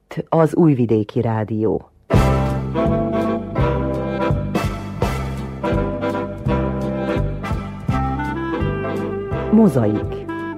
Itt az Újvidéki Rádió. Mozaik.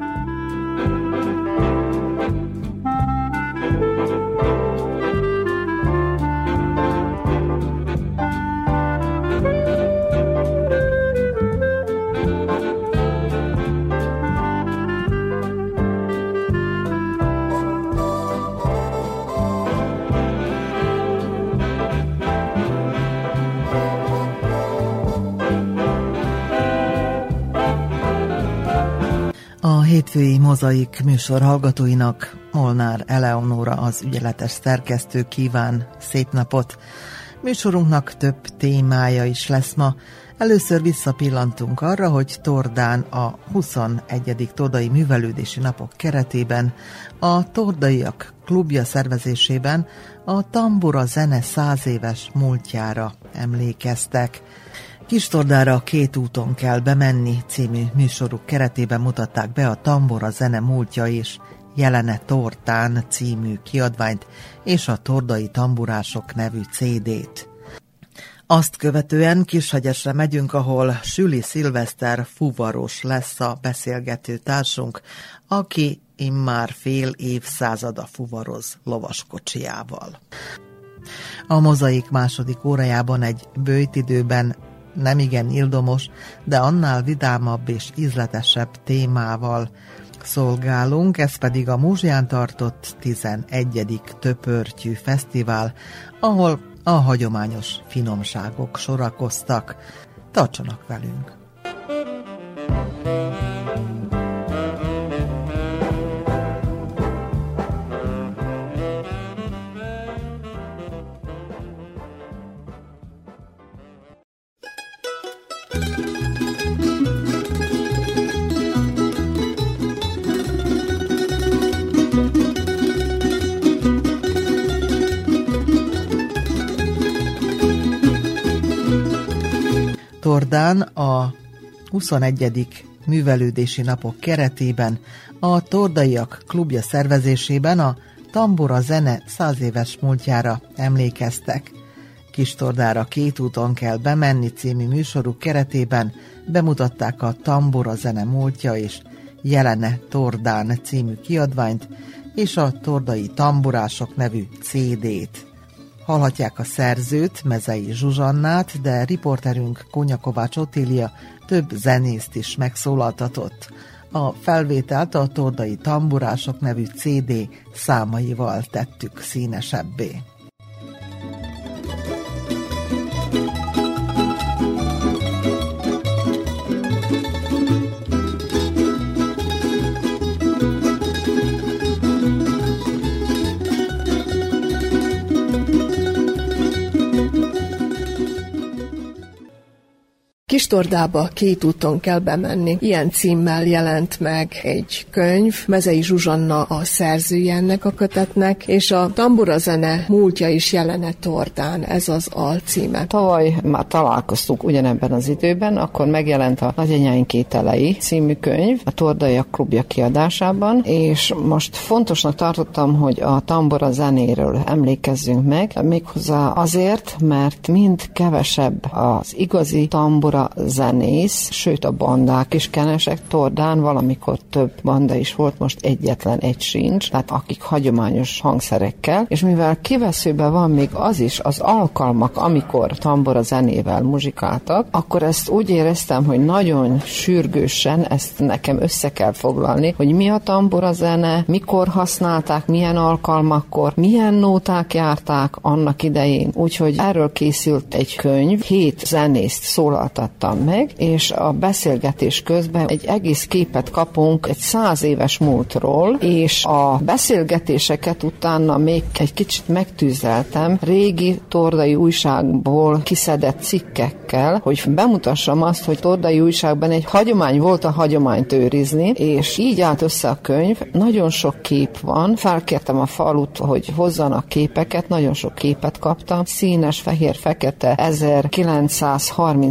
A hétfői Mozaik műsor hallgatóinak Molnár Eleonóra, az ügyeletes szerkesztő kíván szép napot. Műsorunknak több témája is lesz ma. Először visszapillantunk arra, hogy Tordán a 21. Tordai Művelődési Napok keretében a Tordaiak klubja szervezésében a tambura zene 100 éves múltjára emlékeztek. Kistordára 2 úton kell bemenni című műsoruk keretében mutatták be a Tambora zene múltja és jelene Tordán című kiadványt és a Tordai Tamburások nevű CD-t. Azt követően Kishagyesre megyünk, ahol Süli Szilveszter fuvaros lesz a beszélgető társunk, aki immár fél évszázada fuvaroz lovaskocsijával. A Mozaik második órájában egy böjtidőben nemigen ildomos, de annál vidámabb és ízletesebb témával szolgálunk, ez pedig a Muzsján tartott 11. Töpörtyű Fesztivál, ahol a hagyományos finomságok sorakoztak. Tartsanak velünk! Tordán a 21. Művelődési Napok keretében a Tordaiak klubja szervezésében a Tambora zene 100 éves múltjára emlékeztek. Kistordára 2 úton kell bemenni című műsoruk keretében bemutatták a Tambora zene múltja és jelene Tordán című kiadványt és a Tordai Tamburások nevű CD-t. Hallhatják a szerzőt, Mezei Zsuzsannát, de riporterünk Kónya Kovács Otília több zenészt is megszólaltatott. A felvételt a Tordai Tamburások nevű CD számaival tettük színesebbé. Kistordába 2 úton kell bemenni. Ilyen címmel jelent meg egy könyv. Mezei Zsuzsanna a szerzője ennek a kötetnek, és a tambura zene múltja is jelene Tordán. Ez az alcíme. Tavaly már találkoztunk ugyanebben az időben, akkor megjelent a Nagyanyáink ételei című könyv a Tordaiak klubja kiadásában, és most fontosnak tartottam, hogy a tambura zenéről emlékezzünk meg, méghozzá azért, mert mind kevesebb az igazi tambura zenész, sőt a bandák is kenesek. Tordán valamikor több banda is volt, most egyetlen egy sincs, tehát akik hagyományos hangszerekkel, és mivel kiveszőben van még az is, az alkalmak, amikor tambora zenével muzsikáltak, akkor ezt úgy éreztem, hogy nagyon sürgősen ezt nekem össze kell foglalni, hogy mi a tambora zene, mikor használták, milyen alkalmakkor, milyen nóták járták annak idején. Úgyhogy erről készült egy könyv, 7 zenészt szólaltat meg, és a beszélgetés közben egy egész képet kapunk egy 100 éves múltról, és a beszélgetéseket utána még egy kicsit megtűzeltem régi tordai újságból kiszedett cikkekkel, hogy bemutassam azt, hogy tordai újságban egy hagyomány volt a hagyományt őrizni, és így állt össze a könyv. Nagyon sok kép van, felkértem a falut, hogy hozzanak képeket, nagyon sok képet kaptam, színes, fehér, fekete, 1930-as év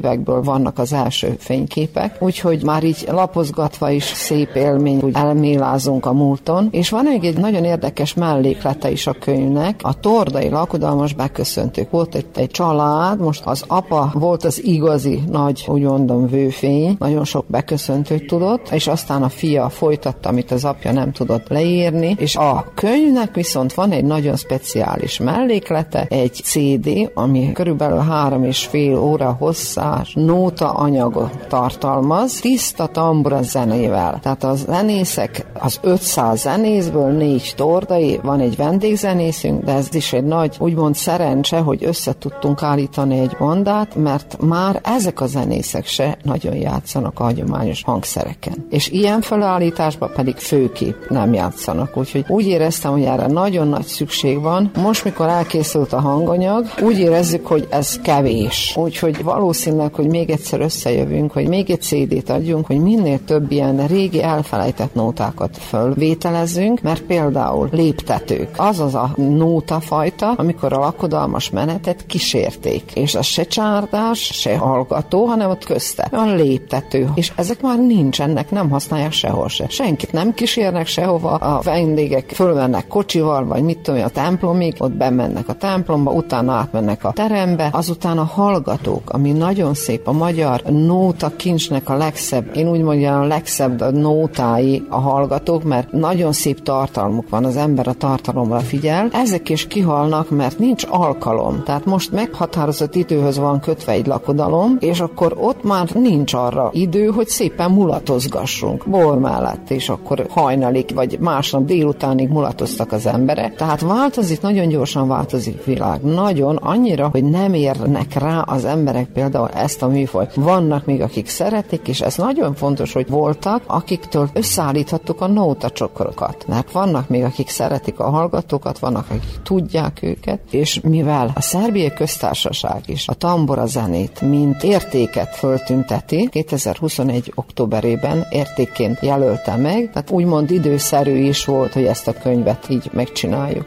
évekből vannak az első fényképek, úgyhogy már így lapozgatva is szép élmény, úgy elmélázunk a múlton. És van egy nagyon érdekes melléklete is a könyvnek, a tordai lakodalmas beköszöntők. Volt egy család, most az apa volt az igazi nagy, úgy mondom, vőfény, nagyon sok beköszöntőt tudott, és aztán a fia folytatta, amit az apja nem tudott leírni, és a könyvnek viszont van egy nagyon speciális melléklete, egy CD, ami körülbelül 3,5 óra hosszás nóta anyagot tartalmaz, tiszta tambura zenével. Tehát a zenészek, az 500 zenészből 4 tordai, van egy vendégzenészünk, de ez is egy nagy, úgymond szerencse, hogy össze tudtunk állítani egy bandát, mert már ezek a zenészek se nagyon játszanak a hagyományos hangszereken. És ilyen felállításban pedig főképp nem játszanak. Úgyhogy úgy éreztem, hogy erre nagyon nagy szükség van. Most, mikor elkészült a hanganyag, úgy érezzük, hogy ez kevés. Úgyhogy valószínűleg, hogy még egyszer összejövünk, hogy még egy CD-t adjunk, hogy minél több ilyen régi elfelejtett nótákat fölvételezzünk, mert például léptetők. Az a nótafajta, amikor a lakodalmas menetet kísérték. És az se csárdás, se hallgató, hanem ott közte. Van léptető. És ezek már nincsenek, nem használják sehol se. Senkit nem kísérnek sehova. A vendégek fölvennek kocsival, vagy mit tudom, a templomig, ott bemennek a templomba, utána átmennek a terembe, azután a hallgatók, ami nagyon szép, a magyar nóta kincsnek a legszebb, én úgy mondjam, a legszebb a nótái a hallgatók, mert nagyon szép tartalmuk van, az ember a tartalomra figyel. Ezek is kihalnak, mert nincs alkalom. Tehát most meghatározott időhöz van kötve egy lakodalom, és akkor ott már nincs arra idő, hogy szépen mulatozgassunk bor mellett, és akkor hajnalig, vagy másnap délutánig mulatoztak az emberek. Tehát változik, nagyon gyorsan változik a világ. Nagyon, annyira, hogy nem érnek rá az emberek például ezt a műfajt. Vannak még, akik szeretik, és ez nagyon fontos, hogy voltak, akiktől összeállíthattuk a nótacsokrokat. Mert vannak még, akik szeretik a hallgatókat, vannak, akik tudják őket, és mivel a Szerbiai Köztársaság is a tambora zenét, mint értéket föltünteti, 2021. októberében értékként jelölte meg, tehát úgymond időszerű is volt, hogy ezt a könyvet így megcsináljuk.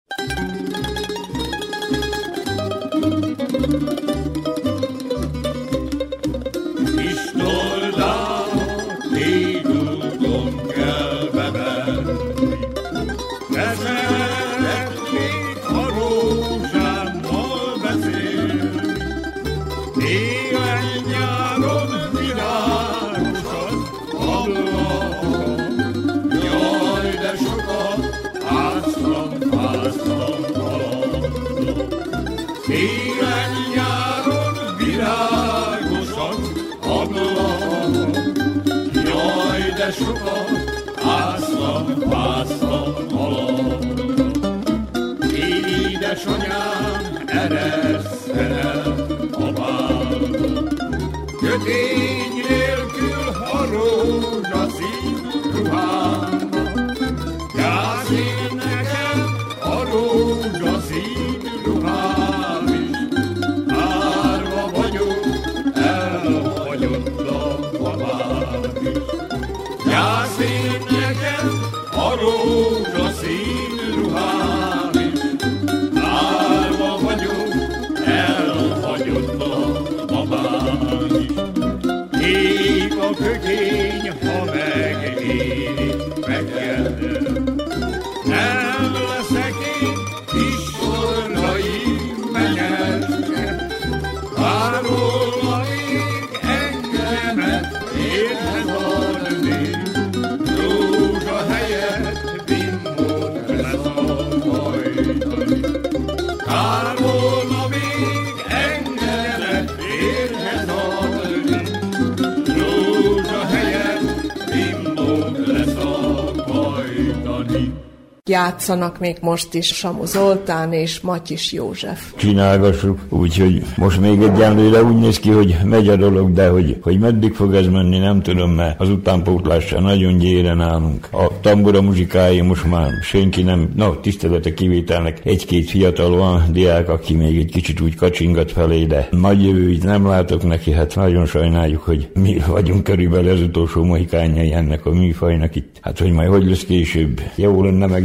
Édesanyám, eresszel el a bálba, kötény nélkül a rózsaszín ruhámba. Gyász én nekem a rózsaszín ruhám is, árva vagyok, elhagyott a babám is. Gyász én nekem a rózsaszín ruhám is, árva vagyok, elhagyott a babám is. Ég a kökény, ha megéri, megjelöl. Nem leszek én kis sorrai menyeske, bárhol még engemet érhet adni. Rózsa helyett bimbót lesz a hajtani. Kár volna még engemet érhet adni. Rózsa helyett bimbót lesz a hajtani. Játszanak még most is Samu Zoltán és Matyis József. Csinálgassuk, úgyhogy most még egyenlőre úgy néz ki, hogy megy a dolog, de hogy meddig fog ez menni, nem tudom, mert az utánpótlásra nagyon gyéren állunk. A tambura muzsikái most már senki nem, tisztelete kivételnek, egy-két fiatal van diák, aki még egy kicsit úgy kacsingat felé, de nagy jövőt nem látok neki, hát nagyon sajnáljuk, hogy mi vagyunk körülbelül az utolsó mohikányai ennek a műfajnak itt. Hát, hogy majd hogy lesz később, jó lenne megérni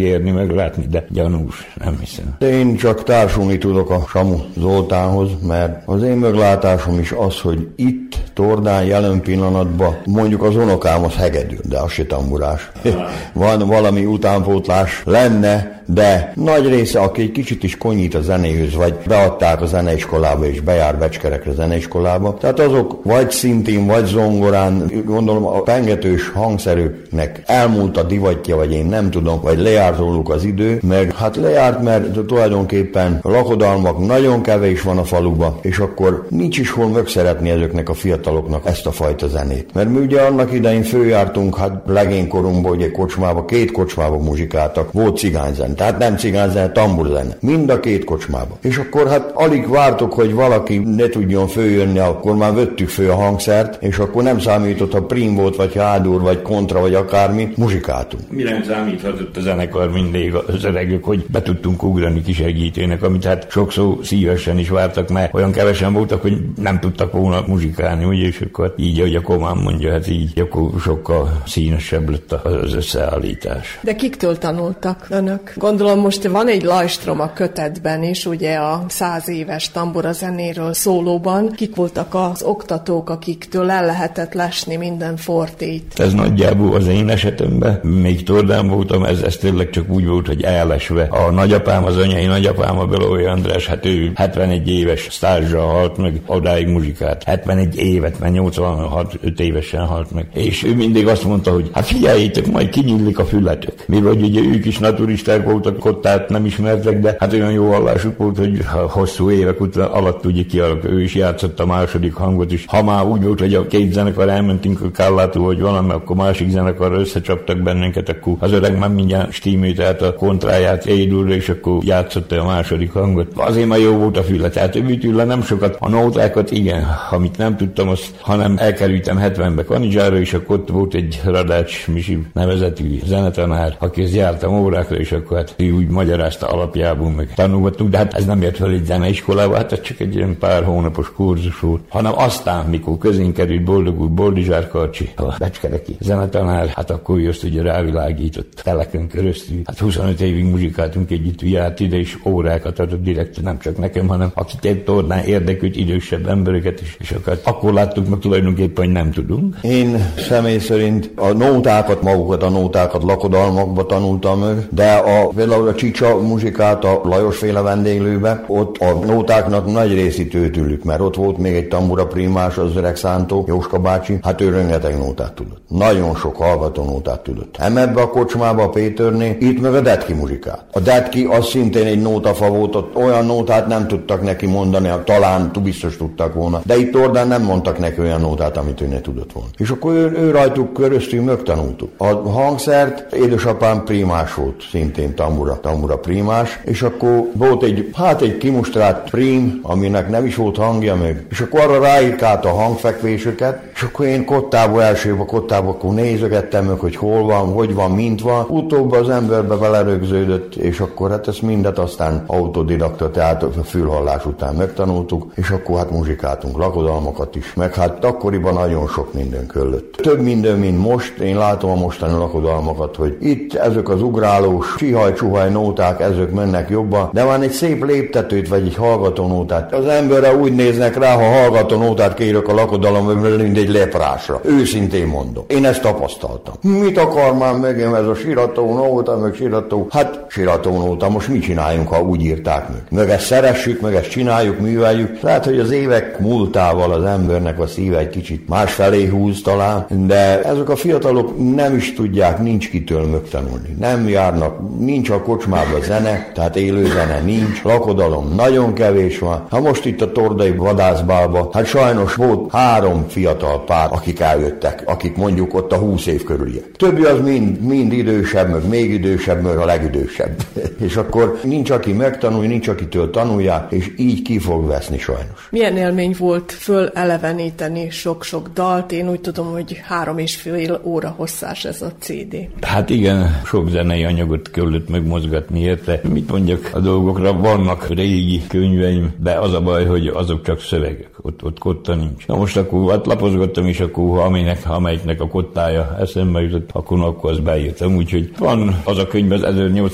kérni, meglátni, de gyanús, nem hiszem. Én csak társulni tudok a Samu Zoltánhoz, mert az én meglátásom is az, hogy itt Tordán jelen pillanatban mondjuk az unokám az hegedű, de az se tamburás. Van valami utánpótlás lenne, de nagy része, aki egy kicsit is konyít a zenéhöz, vagy beadták a zeneiskolába, és bejár Becskerekre zeneiskolába. Tehát azok vagy szintén, vagy zongorán, gondolom a pengetős hangszerüknek elmúlt a divatja, vagy én nem tudom, vagy lejárt róluk az idő, meg hát lejárt, mert tulajdonképpen lakodalmak nagyon kevés van a faluba, és akkor nincs is hol megszeretni ezeknek a fiataloknak ezt a fajta zenét. Mert mi ugye annak idején följártunk, hát legénykorunkban, ugye kocsmába, 2 kocsmába muzsikáltak, volt cigányzen. Tehát nem cigányzene, tamburzene. Mind a 2 kocsmába. És akkor hát alig vártuk, hogy valaki ne tudjon följönni, akkor már vettük föl a hangszert, és akkor nem számított, ha prim volt, vagy hádur, vagy kontra, vagy akármi, muzsikáltunk. Mire nem számíthatott a zenekar mindig az öregök, hogy be tudtunk ugrani kisegítőnek, amit hát sokszor szívesen is vártak, mert olyan kevesen voltak, hogy nem tudtak volna muzsikálni, ugye, és akkor így, ahogy a Komán mondja, hát így, akkor sokkal színesebb lett az összeállítás. De kiktől tanultak önök? Gondolom most van egy lajstrom a kötetben is, ugye a 100 éves tamburazenéről szólóban. Kik voltak az oktatók, akiktől el lehetett lesni minden fortét? Ez nagyjából az én esetemben, még Tordán voltam, ez tényleg csak úgy volt, hogy ellesve. A nagyapám, az anyai nagyapám, a Belói András, hát ő 71 éves sztázsra halt meg, odáig muzsikált. 71 évet, mert 86 évesen halt meg. És ő mindig azt mondta, hogy hát figyeljétek, majd kinyílik a fületök. Mivel ugye ők is naturisták voltak, kottát nem ismertek, de hát olyan jó hallásuk volt, hogy hosszú évek alatt ugye kialakul. Ő is játszott a második hangot is. Ha már úgy volt, hogy a 2 zenekar elmentünk a Kállától, hogy valami, akkor másik zenekarra összecsaptak bennünket, akkor az öreg már mindjárt stímült át a kontráját édülre, és akkor játszott a második hangot. Azért már jó volt a füle. Tehát ő nem sokat. A nótákat igen, amit nem tudtam, azt, hanem elkerültem 70-be Kanizsára, és akkor ott volt egy Radács Misi nevezetű zenetanár, akihez jártam órákra, és akkor hát ő úgy magyarázta alapjából, meg tanulgattunk, de hát ez nem ért fel egy zeneiskolába, hát ez csak egy ilyen pár hónapos kurzus volt, hanem aztán, mikor közén került Boldog úr Boldizsár Karcsi, a becskereki zenetanár, hát akkor ő azt ugye rávilágított telekön keresztül. Hát 25 évig muzsikáltunk együtt, járt ide is órákat adott direkt, nem csak nekem, hanem akik Tordán érdekült idősebb embereket is, és akkor láttuk meg tulajdonképpen, hogy nem tudunk. Én személy szerint a nótákat, magukat a nótákat lakodalmakba tanultam meg, de például a Csicsa muzsikát a Lajos-féle vendéglőbe, ott a nótáknak nagy részét tőtülük, mert ott volt még egy tambura primás, az öreg Szántó, Jóska bácsi, hát ő rengeteg nótát tudott. Nagyon sok hallgató nótát tudott. Ebbe a kocsmába a Péterné, itt meg a Detki muzsikát. A Detki az szintén egy nótafa volt, ott olyan nótát nem tudtak neki mondani, talán biztos tudtak volna, de itt Tordán nem mondtak neki olyan nótát, amit ő ne tudott volna. És akkor ő rajtuk köröztünk megtanultuk. A hangszert édesapám primás volt, szintén tambura primás, és akkor volt egy kimustrált prim, aminek nem is volt hangja meg, és akkor arra ráírkált a hangfekvéseket, és akkor én elsőbb a kottába akkor nézegettem meg, hogy hol van, hogy van, mint van. Utóbb az emberbe belerögződött, és akkor hát ezt mindet aztán autodidakta, tehát a fülhallás után megtanultuk, és akkor hát muzsikáltunk lakodalmakat is, meg hát akkoriban nagyon sok minden kellett. Több minden, mint most, én látom a mostani lakodalmakat, hogy itt ezek az ugrálós, csihaj-csuhaj nóták, ezek mennek jobban, de van egy szép léptetőt, vagy egy hallgatónótát. Az emberre úgy néznek rá, ha hallgatónótát kérök a lakodalomból, mint egy leprásra. Őszintén mondom. Én ezt tapasztaltam. Mit akar már megem ez a siratónóta, meg sirató? Hát siratónóta, most mit csináljunk, ha úgy írták meg? Meg ezt szeressük, meg ezt csináljuk, műveljük. Lehet, hogy az évek múltával az embernek a szíve egy kicsit másfelé húz talán, de ezek a fiatalok nem is tudják, nincs kitől megtanulni. Nem járnak, nincs a kocsmában zene, tehát élő zene nincs, lakodalom nagyon kevés van. Ha most itt a tordai vadászbálba, hát sajnos volt 3 fiatal pár, akik eljöttek, akik mondjuk ott a 20 év körüliek. Többi az mind idősebb, meg még idősebb, meg a legidősebb. És akkor nincs, aki megtanulja, nincs, akitől tanulják, és így ki fog veszni sajnos. Milyen élmény volt föleleveníteni sok-sok dalt? Én úgy tudom, hogy 3,5 óra hosszás ez a CD. Hát igen, sok zenei anyagot kellett megmozgatni érte. Mit mondjak a dolgokra? Vannak régi könyveim, de az a baj, hogy azok csak szövegek. Ott kotta nincs. Na most akkor lapozgattam, és akkor amelyiknek a kottája eszembe jutott, akkor azt beírtam. Úgyhogy van az a könyv, az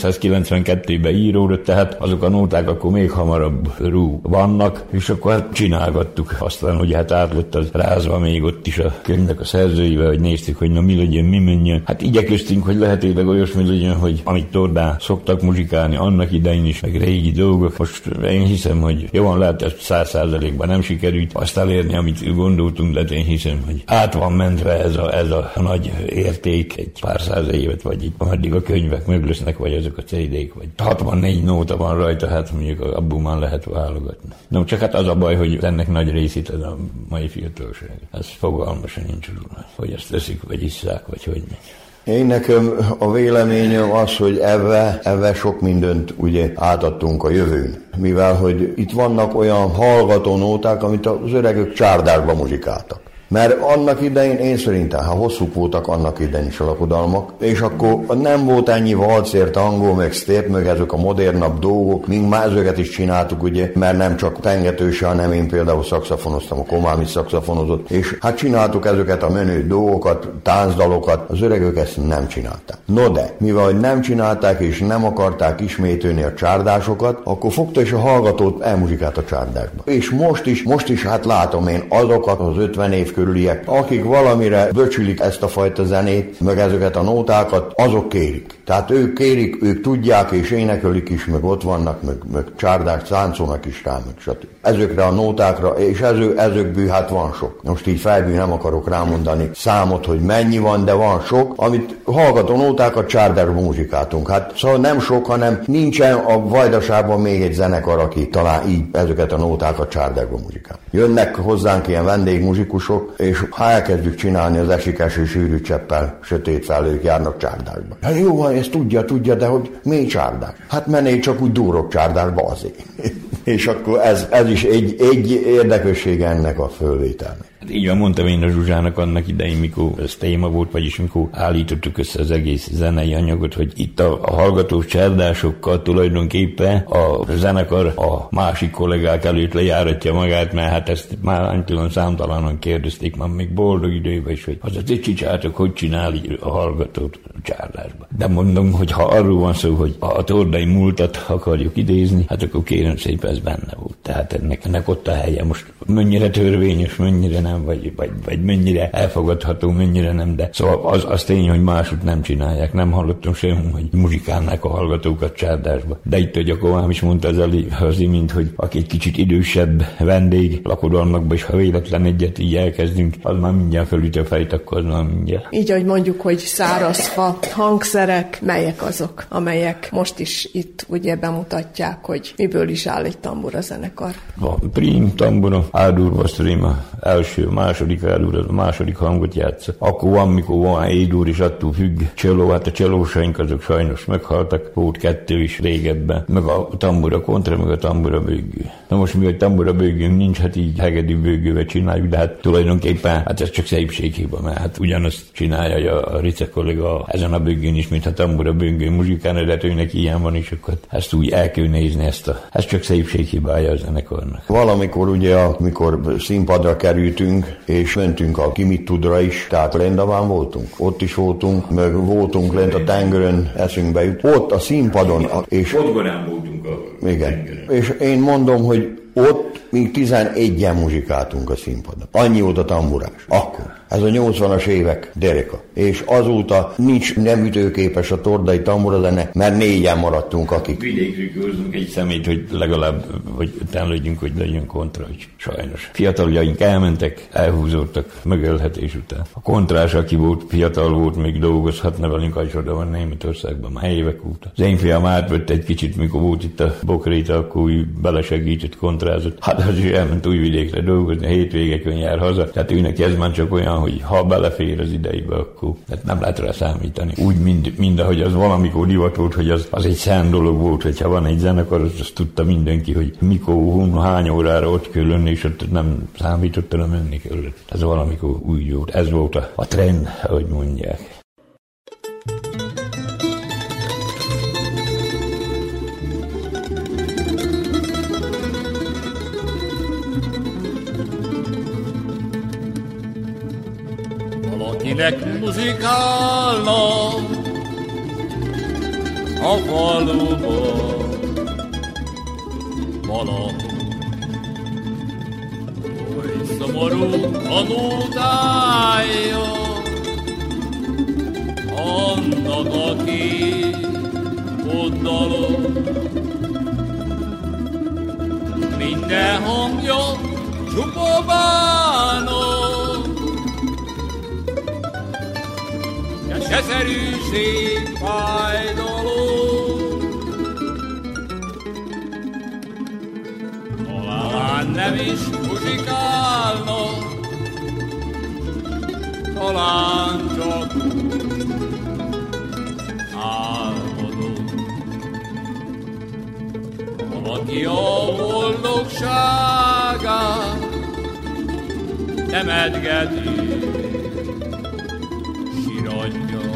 1892-ben íródott, tehát azok a nóták akkor még hamarabb vannak, és akkor hát csinálgattuk. Aztán, hogy hát át lett az rázva még ott is a könyvnek a szerzőivel, hogy néztük, hogy na mi legyen, mi menjen. Hát igyekeztünk, hogy lehetőleg olyasmi legyen, hogy amit Tordán szoktak muzsikálni annak idején is, meg régi dolgok. Most én hiszem, hogy jó van, lehet, hogy 100%-ban nem sikerült azt elérni, amit gondoltunk, de én hiszem, hogy át van mentve ez a nagy érték egy pár száz évet, vagy így addig a könyvek meg lesznek, vagy ezek a CD-k, vagy 64 nóta van rajta, hát mondjuk abból már lehet válogatni. No, csak hát az a baj, hogy ennek nagy részét ez a mai fiatalság. Ez fogalmasan nincs róla, hogy ezt teszik, vagy isszák, vagy hogy mi. Én nekem a véleményem az, hogy ebbe sok mindent ugye átadtunk a jövőn. Mivel, hogy itt vannak olyan hallgató nóták, amit az öregök csárdásba muzsikáltak. Mert annak idején én szerintem, hosszúk voltak annak idején is a lakodalmak, és akkor nem volt ennyi valcér, tangó, meg step, meg ezek a modernabb dolgok, mink már ezeket is csináltuk, ugye, mert nem csak tengetőse, hanem én például szaxafonoztam, a Komám is szaxafonozott, és hát csináltuk ezeket a menő dolgokat, táncdalokat, az öregök ezt nem csinálták. No de, mivel hogy nem csinálták és nem akarták ismételni a csárdásokat, akkor fogta is a hallgatót elmuzsikált a csárdásba. És most is hát látom én azokat az 50 év körüliek, akik valamire böcsülik ezt a fajta zenét, meg ezeket a nótákat, azok kérik. Tehát ők kérik, ők tudják, és énekelik is, meg ott vannak, meg csárdák, táncolnak is rá, meg stb. Ezekre a nótákra, és ezekből hát van sok. Most így fejből nem akarok rámondani számot, hogy mennyi van, de van sok, amit hallgató nótákat csárdásban muzsikáltunk. Hát szóval nem sok, hanem nincsen a Vajdaságban még egy zenekar, aki talán így ezeket a nótákat csárdásban muzsikál. Jönnek hozzánk ilyen vendégmuzsikusok, és ha elkezdjük csinálni az esikes és sűrű cseppel, sötét felők járnak csárdásba. Hát jó van, ezt tudja, de hogy mély csárdás? Hát menné csak úgy durok csárdásba azért. És akkor ez is egy érdekessége ennek a fölvételnek. Hát így van, mondtam én a Zsuzsának annak idején, mikor ez téma volt, vagyis mikor állítottuk össze az egész zenei anyagot, hogy itt a hallgatós csárdásokkal tulajdonképpen a zenekar a másik kollégák előtt lejáratja magát, mert hát ezt már annyilan számtalanon kérdezték már még boldog időben is, hogy az egy csicsátok, hogy csinálja a hallgatót a csárdásba. De mondom, hogy ha arról van szó, hogy a tordai múltat akarjuk idézni, hát akkor kérem szépen ez benne volt. Tehát ennek ott a helye. Most mennyire törvényes, mennyire nem, vagy mennyire elfogadható, mennyire nem, de szóval az tény, hogy máshogy nem csinálják. Nem hallottam sem, hogy muzsikálnák a hallgatókat csárdásba. De itt, hogy a Komám is mondta az imént, hogy aki egy kicsit idősebb vendég lakodalmakba, és ha véletlen egyet így elkezdünk, az már mindjárt felüt a fejt, akkor az már mindjárt. Így, hogy mondjuk, hogy szárazfa, hangszerek, melyek azok, amelyek most is itt ugye bemutatják, hogy miből is áll egy tamburazenekar. A prim tambura, áldúr, a első, második áldúr, az a második hangot játsza. Akkor van, mikor van édúr, és attól függ. Cseló, hát a cselósaink azok sajnos meghaltak, volt 2 is régebben, meg a tambura kontra, meg a tambura bőgő. Na most mi, hogy tambura bőgőnk nincs, hát így hegedű bőgővel csináljuk, de hát tulajdonképpen hát ez csak szépséghiba, mert hát ugyanazt csinálja a Rice kolléga ezen a bőgőn is, mint a tambura bőgő muzsikálna, de őnek ilyen van is, akkor ezt úgy el kell nézni ez csak szépséghibája a zenekarnak. Valamikor ugye, amikor színpadra kerültünk, és mentünk a Kimitudra is, tehát Lendaván voltunk. Ott is voltunk, meg voltunk lent a tengeren, eszünkbe jut. Ott a színpadon, és... Podgorán voltunk a igen. tengeren. És én mondom, hogy ott még 11-en muzsikáltunk a színpadon. Annyi volt a tamburás. Akkor. Ez a 80-as évek dereka. És azóta nem ütőképes a tordai tamburazene, mert 4-en maradtunk, akik... Vidékről hozzunk egy szemét, hogy legalább, hogy legyünk, hogy legyen kontra, hogy sajnos. Fiataljaink elmentek, elhúzódtak megölhetés után. A kontrás, aki volt, fiatal volt, még dolgozhatna velünk, az oda van Németországban, már évek óta. Az én fiam átvett egy kicsit, mikor volt itt a Bokréta, akkor belesegített, kontrázott. Hát az is elment Újvidékre dolgozni, a hétvégeken jár haza. Tehát őnek ez már csak olyan, hogy ha belefér az idejébe, akkor tehát nem lehet rá számítani. Úgy, mind ahogy az valamikor divat volt, hogy az egy szent dolog volt, hogyha van egy zenekar, azt tudta mindenki, hogy mikor, hány órára ott kell lenni, és ott nem számította, nem menni kellett. Ez valamikor úgy volt. Ez volt a trend, ahogy mondják. kinek muzikálna a faluba valahol. Oly szomorú a nótája annak, aki ott dalol. Minden hangja csupa bánat, s eszerűség fájdalom. Talán nem is muzsikálnak, talán csak álmodom. Valaki a boldogságát temetgeti, siratja.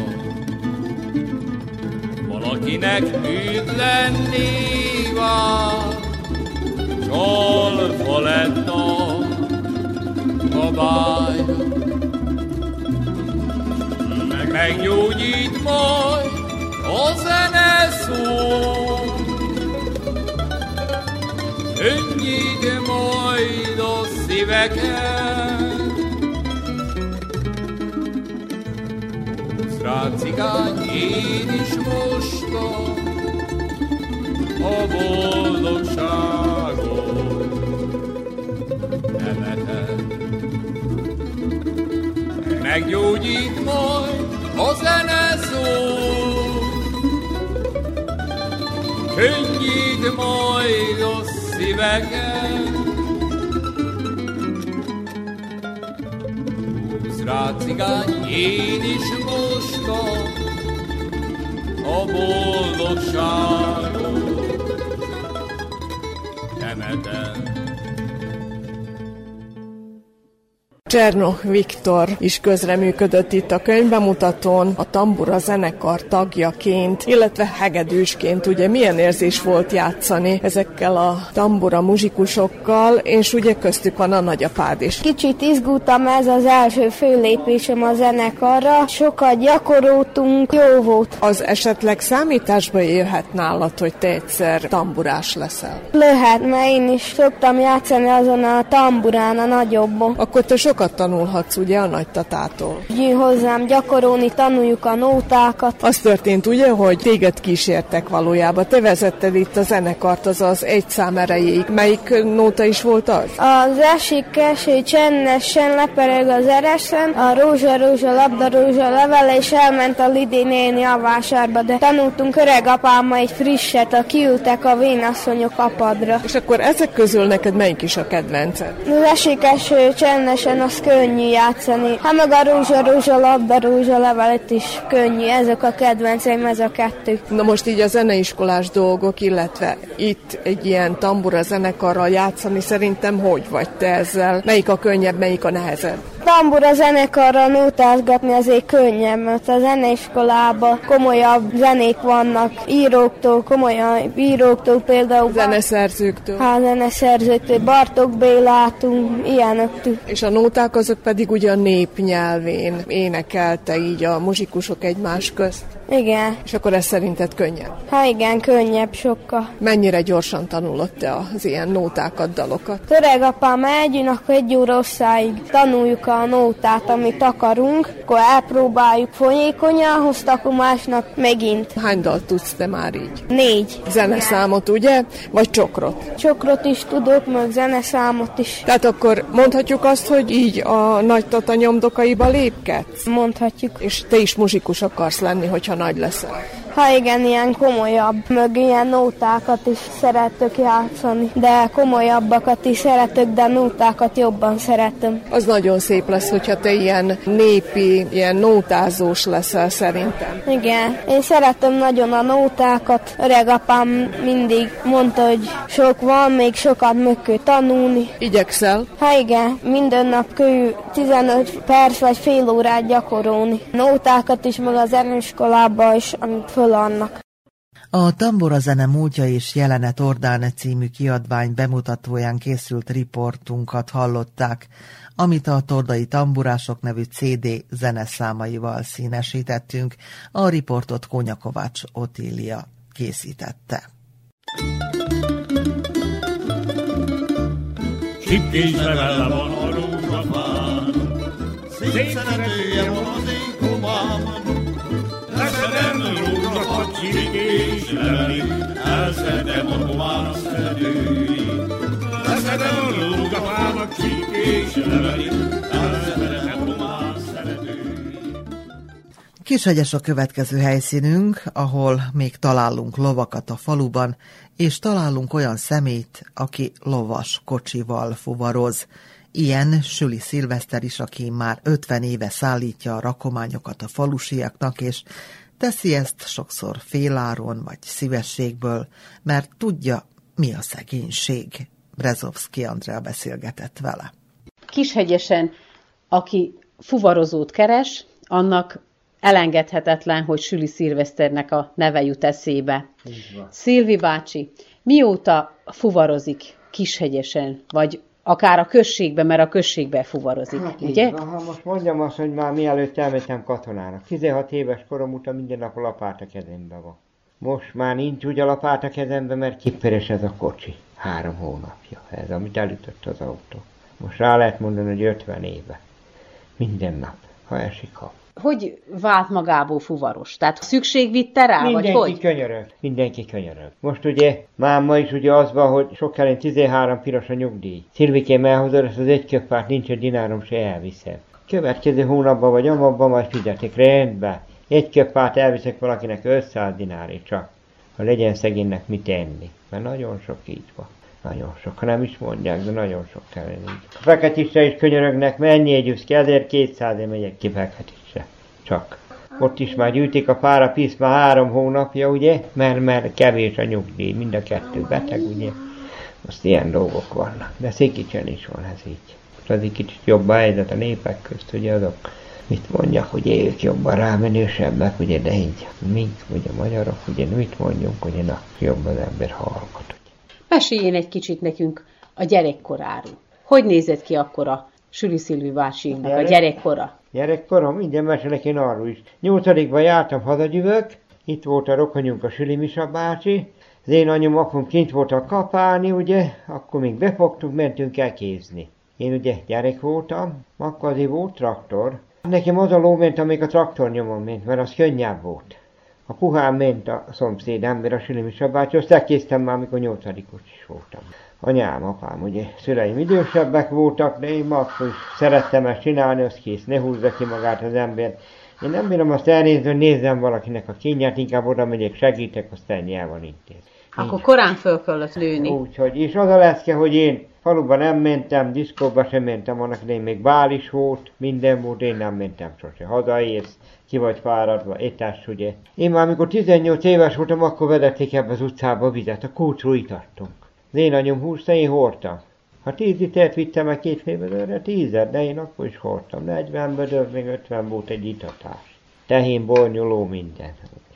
Valakinek hűt lenni vár, csalva lett a bája. Meggyógyít majd a zene szó, könnyít majd a szíveken. Osztrák cigány, én is mostam a boldogságot neveted. Meggyógyít majd a zene szó, könnyít majd a szíveken. Húsz rá cigány, én is mostam a boldogságot temetem. Csernoch Viktor is közreműködött itt a könyvbemutatón, a tambura zenekar tagjaként, illetve hegedűsként. Ugye milyen érzés volt játszani ezekkel a tambura muzsikusokkal, és ugye köztük van a nagyapád is. Kicsit izgultam, ez az első főlépésem a zenekarra, sokat gyakoroltunk, jó volt. Az esetleg számításba élhet nálad, hogy te egyszer tamburás leszel? Lehet, mert én is szoktam játszani azon a tamburán, a nagyobbon. Akkor te sokat tanulhatsz ugye a nagytatától. Jön hozzám gyakorolni, tanuljuk a nótákat. Az történt ugye, hogy téged kísértek valójában. Te vezetted itt a zenekart, azaz egy szám erejéig. Melyik nóta is volt az? Az esik eső csendesen lepereg az eresen, a rózsa, rózsa, labda, rózsa, levele, és elment a Lidi néni a vásárba, de tanultunk öregapámmal egy frisset, a kiültek a vénasszonyok a padra. És akkor ezek közül neked melyik is a kedvenced? Az esik eső csendesen, az könnyű játszani. Hát meg a rózsa, rózsa, labda, rózsa, levelet is könnyű. Ezek a kedvenceim, ez a kettő. Na most így a zeneiskolás dolgok, illetve itt egy ilyen tambura zenekarral játszani, szerintem hogy vagy te ezzel? Melyik a könnyebb, melyik a nehezebb? Tambura zenekarral nótázgatni azért könnyebb, mert a zeneiskolában komolyabb zenék vannak, íróktól, komolyabb íróktól például. Zeneszerzőktől. Hát zeneszerzőktől, Bartók Bélától, ilyenöktől. És a nóták azok pedig ugye a népnyelvén énekelte így a muzsikusok egymás közt. Igen. És akkor ez szerinted könnyebb? Hát igen, könnyebb sokkal. Mennyire gyorsan tanulod te az ilyen nótákat, dalokat? Öregapám eljön, akkor 1 óra osszáig tanuljuk a nótát, amit akarunk, akkor elpróbáljuk folyékonyan, akkor másnap megint. Hány dalt tudsz te már így? 4. Zeneszámot, ugye? Vagy csokrot? Csokrot is tudok, meg zeneszámot is. Tehát akkor mondhatjuk azt, hogy így a nagytata nyomdokaiba lépkedsz? Mondhatjuk. És te is muzsikus akarsz lenni, hogyha nagy leszel? Ha igen, ilyen komolyabb, meg ilyen nótákat is szeretök játszani, de komolyabbakat is szeretök, de nótákat jobban szeretem. Az nagyon szép lesz, hogyha te ilyen népi, ilyen nótázós leszel szerintem. Igen, én szeretem nagyon a nótákat. Öregapám mindig mondta, hogy sok van, még sokat meg kell tanulni. Igyekszel? Ha igen, minden nap kell 15 perc vagy fél órát gyakorolni. Nótákat is, meg az zeneiskolában is, amit föl annak. A Tamborazene múltja és jelene Tordán című kiadvány bemutatóján készült riportunkat hallották, amit a Tordai Tamburások nevű CD zeneszámaival színesítettünk. A riportot Konyakovács Otília készítette. Csipkés levele van a rózsafán, szétszeretője van az én komám. Leszedem rózsafa csipkés levelét, elszedem a komám szedőjét. Leszedem rózsafának csipkés levelét, elszedem a komám szedőjét. Kishegyes a következő helyszínünk, ahol még találunk lovakat a faluban, és találunk olyan személyt, aki lovas kocsival fuvaroz. Ilyen Süli Szilveszter is, aki már 50 éve szállítja a rakományokat a falusiaknak, és teszi ezt sokszor féláron vagy szívességből, mert tudja, mi a szegénység. Brezovszky Andrea beszélgetett vele. Kishegyesen, aki fuvarozót keres, annak elengedhetetlen, hogy Süli Szilveszternek a neve jut eszébe. Szilvi bácsi, mióta fuvarozik Kishegyesen, vagy akár a községben, mert a községben fuvarozik, hát ugye? Ha most mondjam azt, hogy már mielőtt elmentem katonának. 16 éves korom után minden nap a lapát a kezemben van. Most már nincs úgy a lapát a kezemben, mert kiperes ez a kocsi. 3 hónapja. Ez, amit elütött az autó. Most rá lehet mondani, hogy 50 éve. Minden nap. Ha esik, ha. Hogy vált magából fuvaros? Tehát szükség vitte rá, mindenki vagy hogy? Mindenki könyörög. Most ugye, máma is ugye az van, hogy sokkal 13 piros a nyugdíj. Szilvikém elhozod ezt az egy köpát, nincs egy dinárom, se elviszem. Következő hónapban vagy amabban majd fizetik, rendben. Egy köpát elviszek valakinek 500 dinárért csak. Ha legyen szegénynek mit enni. Mert nagyon sok így van. Nagyon sok, ha nem is mondják, de nagyon sok kellene így. A Feketisre is könyörögnek, mennyi együszki, ezért 200-ért megyek ki Feketisre. Csak. Ott is már gyűjtik a pára pisz már 3 hónapja, ugye? Mert kevés a nyugdíj, mind a 2 beteg, ugye? Most ilyen dolgok vannak. De Székicsen is van ez így. Most az egy kicsit jobb a helyzet a népek közt, ugye azok mit mondjak, hogy ők jobban rámenősebbek, ugye, de így mink, ugye magyarok, ugye mit mondjunk, ugye na, jobb az ember hallgat. Meséljen egy kicsit nekünk a gyerekkoráról. Hogy nézett ki akkor a Süli Szilvi bácsinak a gyerekkora? Gyerekkorom, minden mesélek én arról is. 8-ban jártam hazagyűvök, itt volt a rokonyunk a Süli Misa bácsi, az én anyum akkor kint voltak kapálni, ugye, akkor még befogtuk, mentünk el kézni. Én ugye gyerek voltam, akkor azért volt traktor. Nekem az a ló ment, amíg a traktor nyomon ment, mert az könnyebb volt. A puhán ment a szomszéd ember, a Süli Misa bácsi, azt elkésztem már, amikor 8-os is voltam. Anyám, apám, ugye, szüleim idősebbek voltak, de én akkor is szerettem ezt csinálni, az kész, ne húzza ki magát az ember. Én nem bírom azt elnézni, hogy nézzem valakinek a kényát, inkább oda megyek, segítek, azt ennyi el van intéz. Akkor korán föl kellett lőni. Úgyhogy, és az a leszke, hogy én faluban nem mentem, diszkóba sem mentem, annak idején még bál is volt, minden volt, én nem mentem sose. Hazaérsz, ki vagy fáradva, étás, ugye. Én már amikor 18 éves voltam, akkor vedették ebbe az utcába a vizet, a kúcsról itattunk. Az én anyom húzta, én hordtam. Ha 10 litert vittem meg 2 félbödörre, 10, de én akkor is hordtam. 40 bödör, még 50 volt egy itatás. Tehén, bornyoló, minden.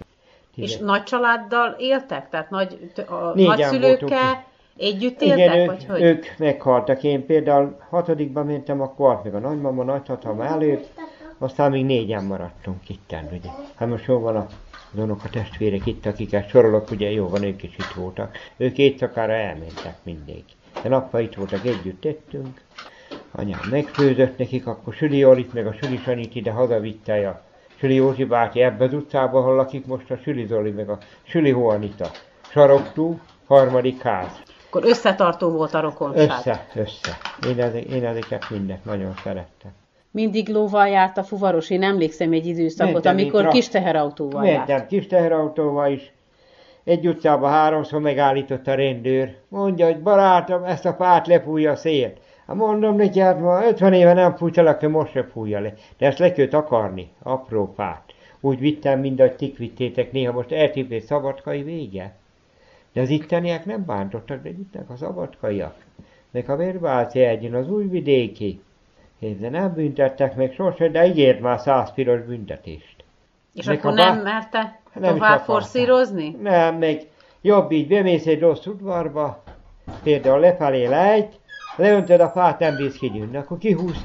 És nagy családdal éltek? Tehát nagyszülőkkel együtt éltek? Igen, vagy hogy? ők meghaltak. Én például 6-ban mentem, akkor halt meg a nagymama, nagytatam előtt, aztán még 4-en maradtunk itten, ugye. Hát most jó van az unok, a testvérek itt, akiket sorolok, ugye jó van, ők is itt voltak. Ők éjszakára elmentek mindig. De nappal itt voltak, együtt ettünk. Anyám megfőzött nekik, akkor Süli Jolit, meg a Süli Sanit ide hazavitte a Süli Józsi bácsi ebbe az utcában, ahol lakik most a Süli Zoli, meg a Süli Juanita. Saroktú, 3. ház. Akkor összetartó volt a rokonság. Össze. Én ezeket mindent nagyon szerettem. Mindig lóval járt a fuvaros, én emlékszem egy időszakot, amikor kis teherautóval járt. Mentem kis teherautóval is. Egy utcában 3-szor megállított a rendőr. Mondja, hogy barátom, ezt a pát lepújja a szélt. Hát mondom neki, hát ma 50 éve nem fújtalak, hogy most se fújja le. De ezt le kell takarni, apró pát. Úgy vittem, mind, ahogy tik vittétek, néha most eltépés Szabadkai vége. De az itteniek nem bántottak, de ittnek a szabadkaiak. Meg a Verbáci egyen, az újvidéki. De nem büntettek meg sose, de ígért már 100 piros büntetést. És meg akkor nem merte tovább forszírozni? Nem, meg jobb így, bemész egy rossz udvarba, például lefelé lejt, leöntöd a fát, nem bírsz kigyűnni, akkor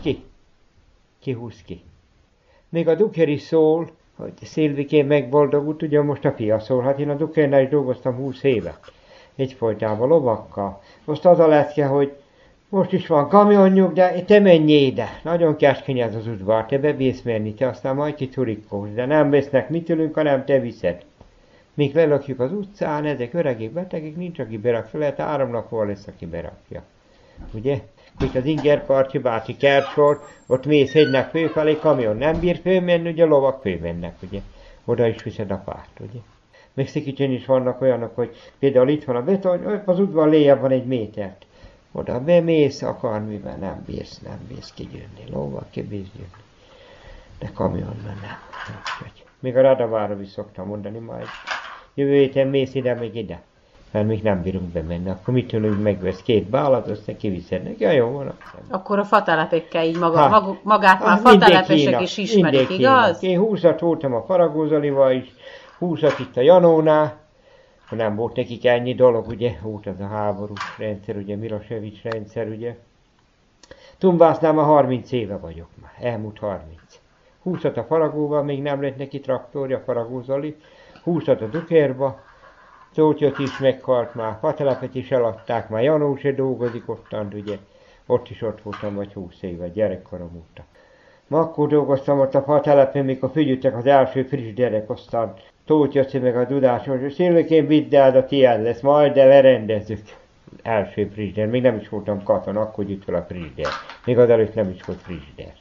kihúz ki. Még a Duker is szól, hogy Szilvikén megboldogult, ugye most a fia szól, hát én a Dukernál is dolgoztam 20 éve, egyfolytában lovakkal. Most az a lecke, hogy most is van kamionjuk, de te menj ide. Nagyon keskeny ez az udvar, te bebész menni, te aztán majd kiturikkolsz, de nem vesznek mit ülünk, hanem te viszed. Míg lelakjuk az utcán, ezek öregek, betegek, nincs aki berakja, lehet 3 napval lesz, aki berakja. Ugye? Itt az Ingerparti bácsi Kersor, ott mész hegynek főfelé, kamion nem bír főmenni, ugye a lovak főmennek, ugye? Oda is viszed a fát, ugye? Még Szikicsen is vannak olyanok, hogy például itt van a beton, az udvar léjebb van 1 métert. Oda bemész, akármivel nem bírsz kigyűnni, lovak kibírsz gyűnni. De kamionnal nem. Még a Radavára is szoktam mondani majd. Jövő héten mész ide, még ide. Mert még nem bírunk bemenni. Akkor mit tőlünk, megvesz 2 bálat, aztán kiviszed neki. Ja, jó van. Akkor a fatelepekkel így magát már fatelepesek is ismerik, igaz? Én 20-at voltam a Faragózalival is, 20-at itt a Janónál. Nem volt nekik ennyi dolog, ugye? Volt az a háborús rendszer, ugye? Milosevic rendszer, ugye? Tumbásznál már 30 éve vagyok már. Elmúlt 30. 20-at a Faragóval, még nem lett neki traktorja, Faragózali. 20-at a Dukerba. Tótyot is meghalt már, fatelepet is eladták, már Janó se dolgozik ottan, ugye. Ott voltam vagy 20 éve, gyerekkorom óta. Ma akkor dolgoztam ott a fatelepen, mikor figyeltek az első frigiderek, aztán Tótyot meg a Dudáson, hogy Szilvikén vidd el, a tiéd lesz, majd de lerendezzük. Első frigider, még nem is voltam katona, akkor gyűjt fel a frigider. Még azelőtt nem is volt frigider.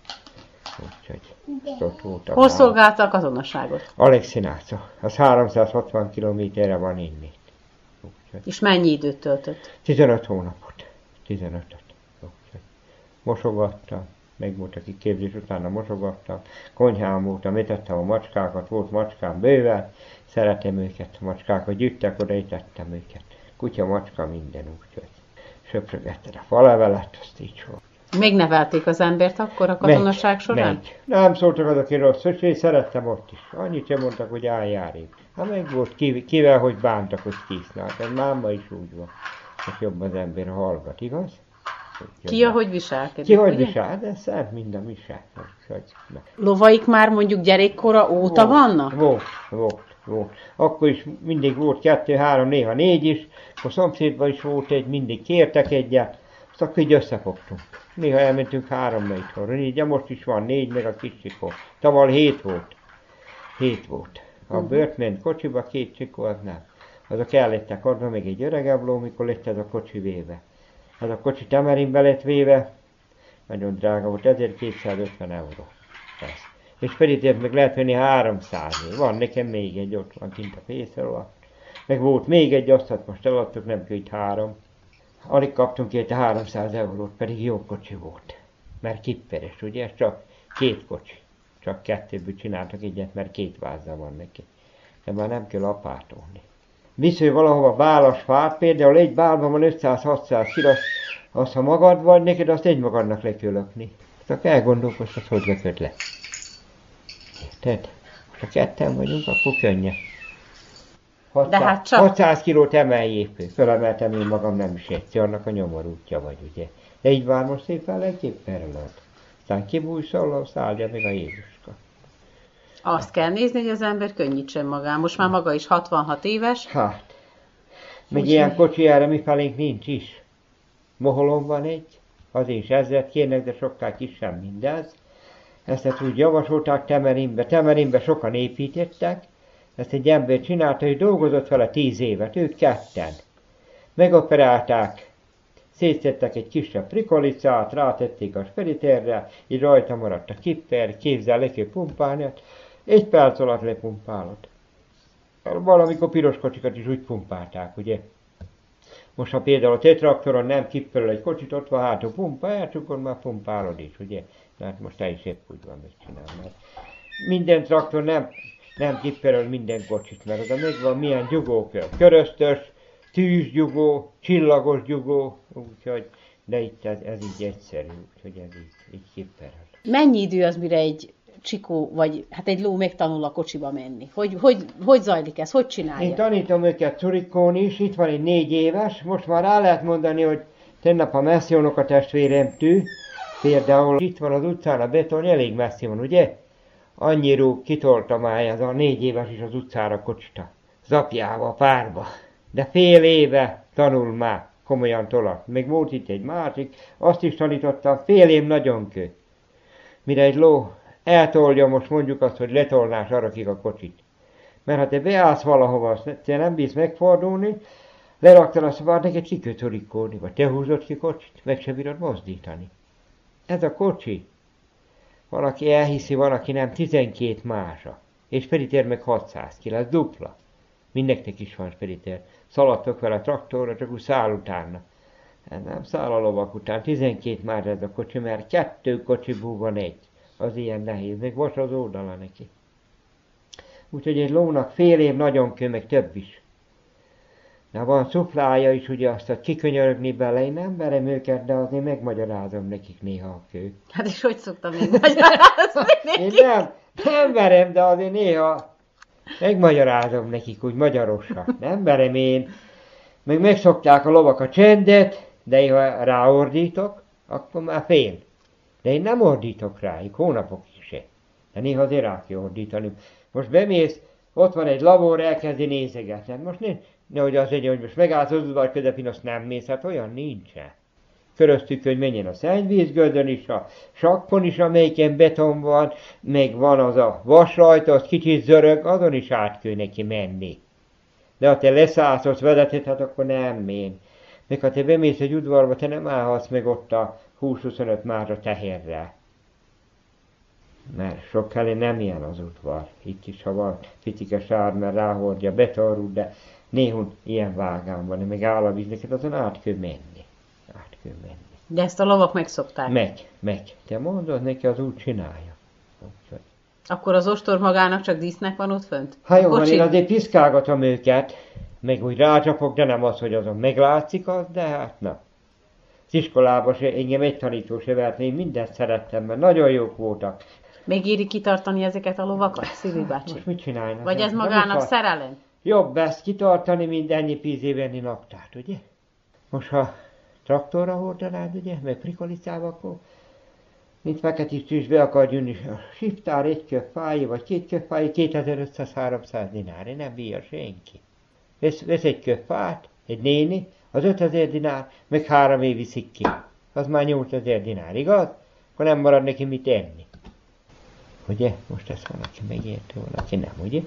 Hol szolgálta a katonaságot? Alexináca. Az 360 kilométerre van innen. És mennyi időt töltött? 15 hónapot. 15-öt. Mosogattam. Megvolt a kiképzés, utána mosogattam. Konyhám voltam, etettem a macskákat, volt macskám bőven. Szeretem őket, a macskákat gyűjtek, oda etettem őket. Kutya, macska, minden úgyhogy. Söprögetted a falevelet, azt így volt. Még nevelték az embert akkor a katonaság során? Megy. Nem szóltak az, aki rossz, hogy én szerettem ott is. Annyit sem mondtak, hogy álljárjék. Hát meg volt kivel, hogy bántak, hogy kisznált. Ez máma is úgy van. Hogy jobb az ember hallgat, igaz? Ki ahogy viselkedik, ki hogy visel, de szent minden visel. Lovaik már mondjuk gyerekkora óta vannak? Volt. Akkor is mindig volt 2, 3, néha 4 is. A szomszédban is volt egy, mindig kértek egyet. Azt akkor így összefogtunk. Néha elmentünk 3-4 sorra. Így most is van 4, meg a kis csikó. Tavaly 7 volt. 7 volt. A bőrt ment kocsiba, 2 csikó, az nem. Azok el lettek adva, még egy öregebb ló, mikor lett ez a kocsi véve. Az a kocsi Temerinbe lett véve. Nagyon drága volt, 1250 euró. Ez. És pedig meg lehet venni 300. Van nekem még egy, ott van kint a fészre alatt. Meg volt még egy, azt most eladtuk, nem kell itt 3. Alig kaptunk érte 300 eurót, pedig jó kocsi volt. Mert kipperes, ugye? Ez csak 2 kocsi. Csak 2-ből csináltak egyet, mert 2 vázza van neki. De már nem kell apátolni. Visző valahova bálas fát, például egy bálban van 500-600 kg, azt ha magad vagy, neked azt egy magadnak le kell lökni. Csak elgondolkoztad, hogy lököd le. Tehát, ha 2-en vagyunk, akkor könnyebb. 600 kilót emeljék, fölemeltem én magam, nem is egyszer, annak a nyomorútja vagy, ugye. De így vár most szépen legképpen relad. Aztán kibújszol, szállja meg a Jézuska. Azt kell nézni, hogy az ember könnyítsen magán. Most már maga is 66 éves. Hát. Még ilyen kocsijára mi felénk nincs is. Moholon van egy, az is 1000 kérnek, de sokkal kisebb mindez. Ezt úgy javasolták Temerinbe. Temerinbe sokan építettek. Ezt egy ember csinálta, hogy dolgozott vele 10 évet, ők 2-en. Megoperálták, szétszettek egy kisebb prikolicát, rátették a spediterre, így rajta maradt a kipper, képzel le kell pumpálni, 1 perc alatt lepumpálott. Valamikor piros kocsikat is úgy pumpálták, ugye. Most ha például a traktoron nem kipperül egy kocsit, ott van hátul pumpa, elcsukod, már pumpálod is, ugye. Hát most te is épp úgy van megcsinálni. Mert minden traktor nem kipperül minden kocsit, mert oda megvan milyen gyugó kell. Köröztös, tűzgyugó, csillagos gyugó, úgyhogy, de itt ez így egyszerű, úgyhogy ez így kipperül. Mennyi idő az, mire egy csikó, vagy hát egy ló megtanul a kocsiba menni? Hogy zajlik ez? Hogy csinálja? Én tanítom őket curikkolni is, itt van egy 4 éves, most már rá lehet mondani, hogy tegnap a messzi a testvéremtől, például itt van az utcán a beton, elég messzi van, ugye? Annyira kitolta már ez a 4 éves is az utcára kocsita. Az apjával párba. De fél éve tanul már komolyan tolat. Még volt itt egy másik, azt is tanítottam, fél év nagyon kő. Mire egy ló eltolja, most mondjuk azt, hogy letolnás arakig a kocsit. Mert ha te beállsz valahova, te nem bízsz megfordulni, leraktad a szabad, neked ki kell curikkolni, vagy te húzod ki kocsit, meg se bírod mozdítani. Ez a kocsi, valaki elhiszi, valaki nem, 12 mása. És spediter meg 600 kg, ez dupla. Mindenkinek is van spediter. Szaladtok vele a traktorra, csak úgy száll utána. Ez nem száll a lovak után, 12 más ez a kocsi, mert 2 kocsiból van egy. Az ilyen nehéz, még most az oldala neki. Úgyhogy egy lónak fél év nagyon kő, meg több is. De van szuflája is, ugye azt kikönyörögni bele, én nem verem őket, de azért megmagyarázom nekik néha a kő. Hát és hogy szoktam még magyarázni nekik? Én nem verem, de azért néha megmagyarázom nekik úgy magyarosan. Nem verem én. Meg megszokták a lovak a csendet, de ha ráordítok, akkor már fél. De én nem ordítok rájuk, hónapokig se. De néha azért rá kell ordítani. Most bemész, ott van egy lavóra, elkezdi nézegetni. Most nehogy az legyen, hogy most megállsz az udvar közepén, azt nem mész, hát olyan nincsen. Köröztük, hogy menjen a szennyvízgödön is, a sakkon is, amelyiken beton van, meg van az a vas rajta, az kicsit zörög, azon is át kell neki menni. De ha te leszállsz, ott vezeted, hát akkor nem mér. Meg ha te bemész egy udvarba, te nem állhatsz meg ott a 20-25 mázsa teherrel. Mert sok helyen nem ilyen az udvar. Itt is, ha van picike sár, mert ráhordja betonrút, de néhol ilyen vágán van, meg áll a víznek, azon át kell menni. Át kell menni. De ezt a lovak megszokták? Megy. Te mondod neki, az úgy csinálja. Úgyhogy. Akkor az ostor magának csak dísznek van ott fönt? Ha jó van, én azért piszkálgatom őket, meg úgy rácsapok, de nem az, hogy azon meglátszik az, de hát na. Az iskolában se, engem egy tanító se vert, én mindent szerettem, mert nagyon jók voltak. Még éri kitartani ezeket a lovakat, Szilvi bácsi? Most mit csinálnak? Vagy ez magának szerelem? Jobb ezt kitartani, mint ennyi pízévenni naptárt, ugye? Most ha traktorra hordanád, ugye, meg prikolicába, akkor mint Feketis is be akar gyűnni, a siftár egy köp fájé, vagy 2 köp fájé, 2500-300 dinár, nem bírja senki. Vesz egy köp fát, egy néni, az 5000 dinár, meg 3 év viszik ki. Az már 8000 dinár, igaz? Akkor nem marad neki mit enni. Ugye? Most ezt valaki megérti, valaki nem, ugye?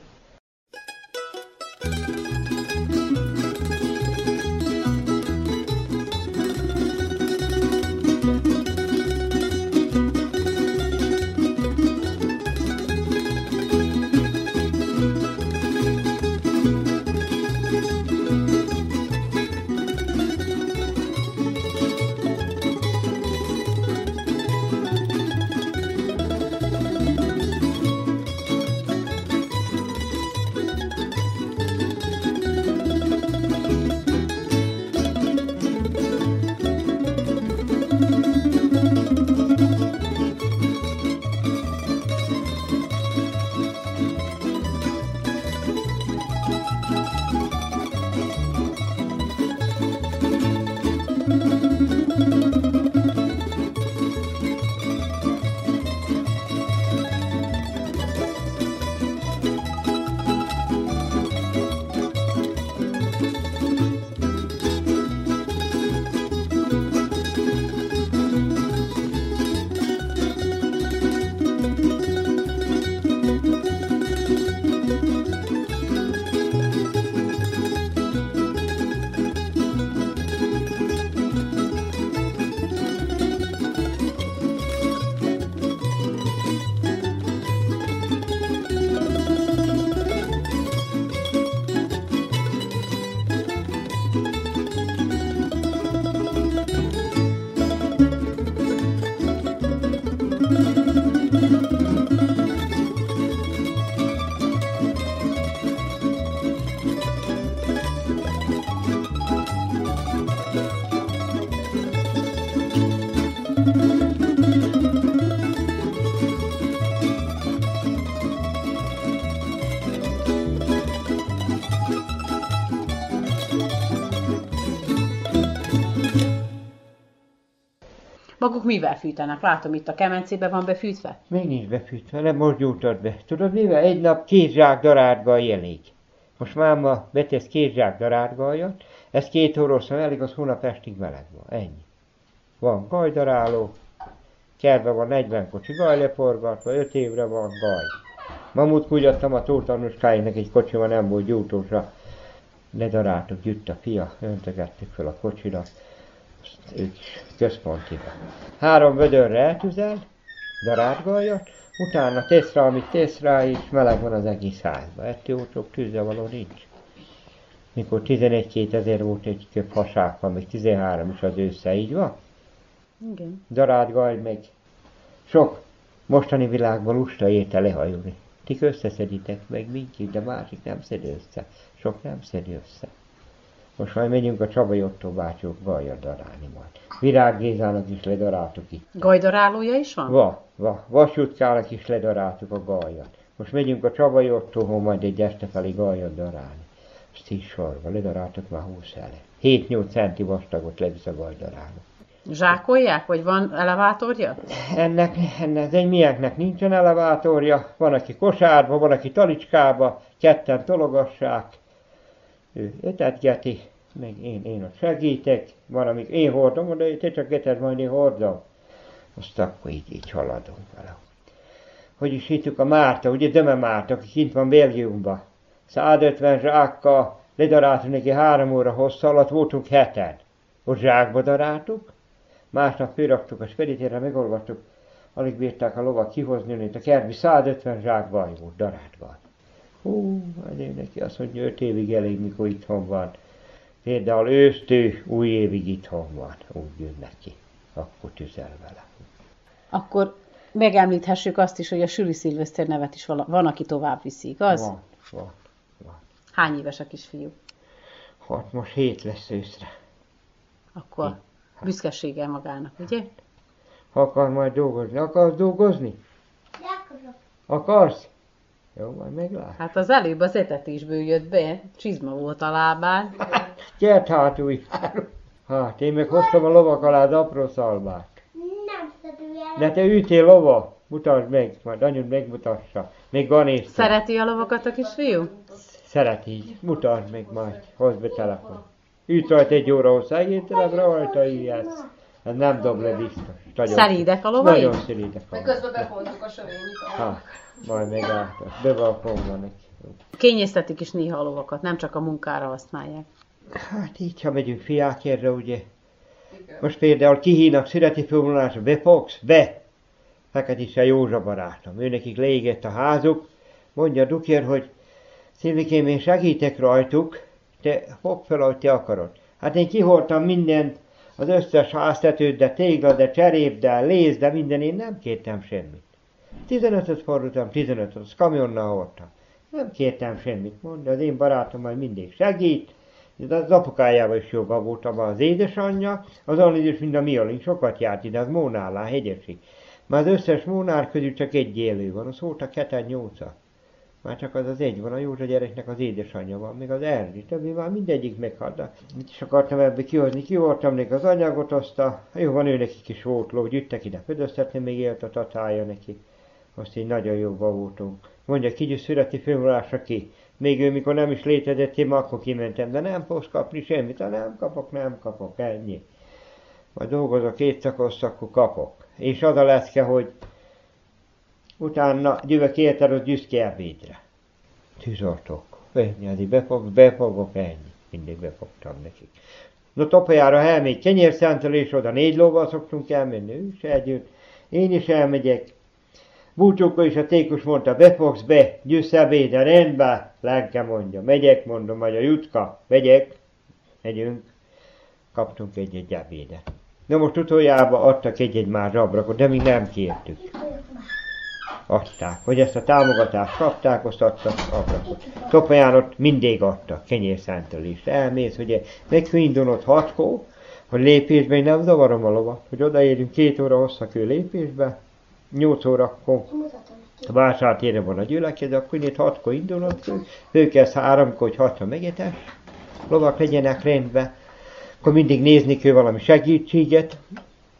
Maguk mivel fűtenek? Látom, itt a kemencébe van befűtve. Még nincs befűtve, nem most gyújtod be. Tudod mivel? Egy nap 2 zsák darátgaj elég. Most máma betesz 2 zsák darátgajat, ez 2 óra elég, az hónap estig meleg van. Ennyi. Van gajdaráló, kertben van 40 kocsi gajleforgatva, 5 évre van gaj. Ma múltkor adtam a tótanúskáinknak egy kocsival, nem volt gyújtósra. Ledaráltuk, gyűjt a fia, öntögettük fel a kocsira, azt ők is központiba. 3 vödörre eltüzel, darátgajat, utána tesz rá, amit tesz rá, és meleg van az egész házban. Ettől olcsóbb tűzre való nincs. Mikor 11-2000 volt egy köp hasákban, még 13 is az ősszel, így van? Igen. Darátgaj meg sok mostani világban lusta érte lehajolni. Ti összeszeditek meg minket, de másik nem szed össze. Sok nem szedi össze. Most majd megyünk a Csabai Ottó bácsók gajjal darálni majd. Virág Gézának is ledaráltuk itt. Gajdarálója is van? Vasutkának is ledaráltuk a gajjat. Most megyünk a Csabai Ottóhoz majd egy este felé gajjal darálni. És 10 sorba, ledaráltuk már 20 ele. 7-8 centi vastagot levisz a gajdaráló. Zsákolják, vagy van elevátorja? Ennek egy miénknek nincsen elevátorja, van aki kosárba, van aki talicskába, ketten tologassák, ő etetgeti, meg én ott segítek, van amíg én hordom, de te csak eted, majd én hordom. Azt akkor így haladunk vele. Hogy is hittük a Márta, ugye Döme Márta, aki kint van Belgiumban. 150 zsákkal ledaráltunk neki 3 óra hossza alatt, voltunk 7-en. Ott zsákba daráltuk, másnap fölraktuk a speditérre, megolvattuk, alig bírták a lovak kihozni, hogy a kertbi 150 zsák vaj volt, darált vaj. Hát én neki azt mondja, 5 évig elég, mikor itthon van. Például ősztől új évig itthon van, úgy jön neki. Akkor tüzel vele. Akkor megemlíthessük azt is, hogy a Süli Szilveszter nevet is van, aki tovább viszi, igaz? Van. Hány éves a kisfiú? Hát most 7 lesz őszre. Akkor büszkeséggel magának, ugye? Ha akar majd dolgozni. Akarsz dolgozni? Akarsz? Jó, majd meglát. Hát az előbb az etetésből jött be, csizma volt a lábán. Gyert hátul. Hát én meg hoztam a lovak alá az apró szalmát. Nem szedő el. De te ütél lova, mutasd meg, majd anyud megmutassa. Még ganészta. Szereti a lovakat a kisfiú? Szereti így. Mutasd meg majd, hozd be telefon. Üt rajta 1 óra hosszá, egésztelen rajta írjász. Ez nem dob le biztos. Szelídek a lovai? Nagyon szelídek a lovai. Közben befontuk a sörényit. Majd megálltak. Be van fogva neki. Kényeztetik is néha a lovakat, nem csak a munkára használják. Hát így, ha megyünk fiákérre, ugye. Most például Kihínak születi fölvonulásra befogsz? Be! Feketiszel Józsa barátom. Ő nekik leégett a házuk. Mondja a Dukér, hogy Szilvikém, én segítek rajtuk, te fogd fel, ahogy te akarod. Hát én kihordtam mindent, az összes háztetőt, de tégla, de cserép, de léz, de minden, én nem kértem semmit. 15-öt fordultam, 15-öt, az kamionnal hordtam. Nem kértem semmit, mondja, az én barátom majd mindig segít. Az apukájával is jobban voltam, az édesanyja, az olyan idős, mint a Miolin, sokat járt ide, az Mónálán, hegyesig. Már az összes Mónár közül csak egy élő van, az voltak 7-8-a. Már csak az egy van, a Józsa gyereknek az édesanyja van, még az Erdi, többi már mindegyik meghalt. Mit is akartam ebből kihozni, kivoltam neki az anyagot, aztán jó van, ő nekik is volt ló, gyűjtek ide födöztetni, még élt a tatája neki. Azt így nagyon jóban voltunk. Mondja, kigyű születi fölvonulásra ki. Még ő, mikor nem is létezett, én akkor kimentem, de nem fogsz kapni semmit, ha nem kapok, ennyi. Majd dolgozok 2 szakoszt, akkor kapok. És az a leszke, hogy utána gyűvök érted, gyűsz ki ebédre. Tűzoltok. Ennyi, befogok, ennyi. Mindig befogtam nekik. No, Topajára elmegy kenyérszentelés, oda 4 lóval szoktunk elmenni, ő is együtt. Én is elmegyek. Búcsókkal is a tékus mondta, befogsz be, gyűsz ebédre, rendben. Lenke mondja, megyek, mondom, majd a Jutka, megyünk. Kaptunk egy ebédet. Na most utoljába adtak egy már zsabrakot, de még nem kértük. Adták, hogy ezt a támogatást kapták, azt adtak abrakot. Topaján ott mindig adtak kenyérszentelést. Elmész, ugye, megindulod 6-kor, hogy lépésben én nem zavarom a lovat, hogy odaérünk 2 óra hosszakő lépésbe, 8 órakor a vásártérre van a gyülekezet, akkor itt 6-kor indulod, főkezd 3-kor, hogy 6-ra megetes, lovak legyenek rendben, akkor mindig nézni kell valami segítséget,